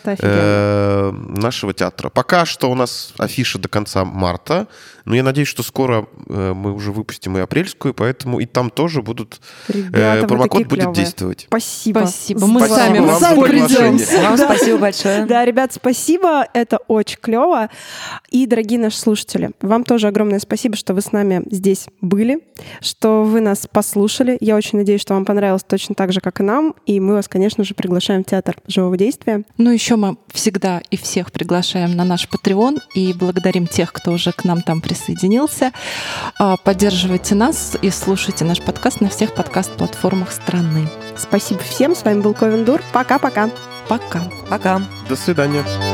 нашего театра. Пока что у нас афиша до конца марта, но я надеюсь, что скоро мы уже выпустим и апрельскую, поэтому и там тоже будут... промокод будет действовать. Спасибо. Спасибо. Мы сами придем. Вам спасибо большое. Да, ребят, спасибо, это очень клево. И, дорогие наши слушатели, вам тоже огромное спасибо, что вы с нами здесь были, что вы нас послушали. Я очень надеюсь, что вам понравилось точно так же, как и нам. И мы вас, конечно же, приглашаем в театр живого действия. Ну, еще мы всегда и всех приглашаем на наш Patreon и благодарим тех, кто уже к нам там присоединился. Поддерживайте нас и слушайте наш подкаст на всех подкаст-платформах страны. Спасибо всем. С вами был Кувендур. Пока-пока. Пока. Пока. До свидания.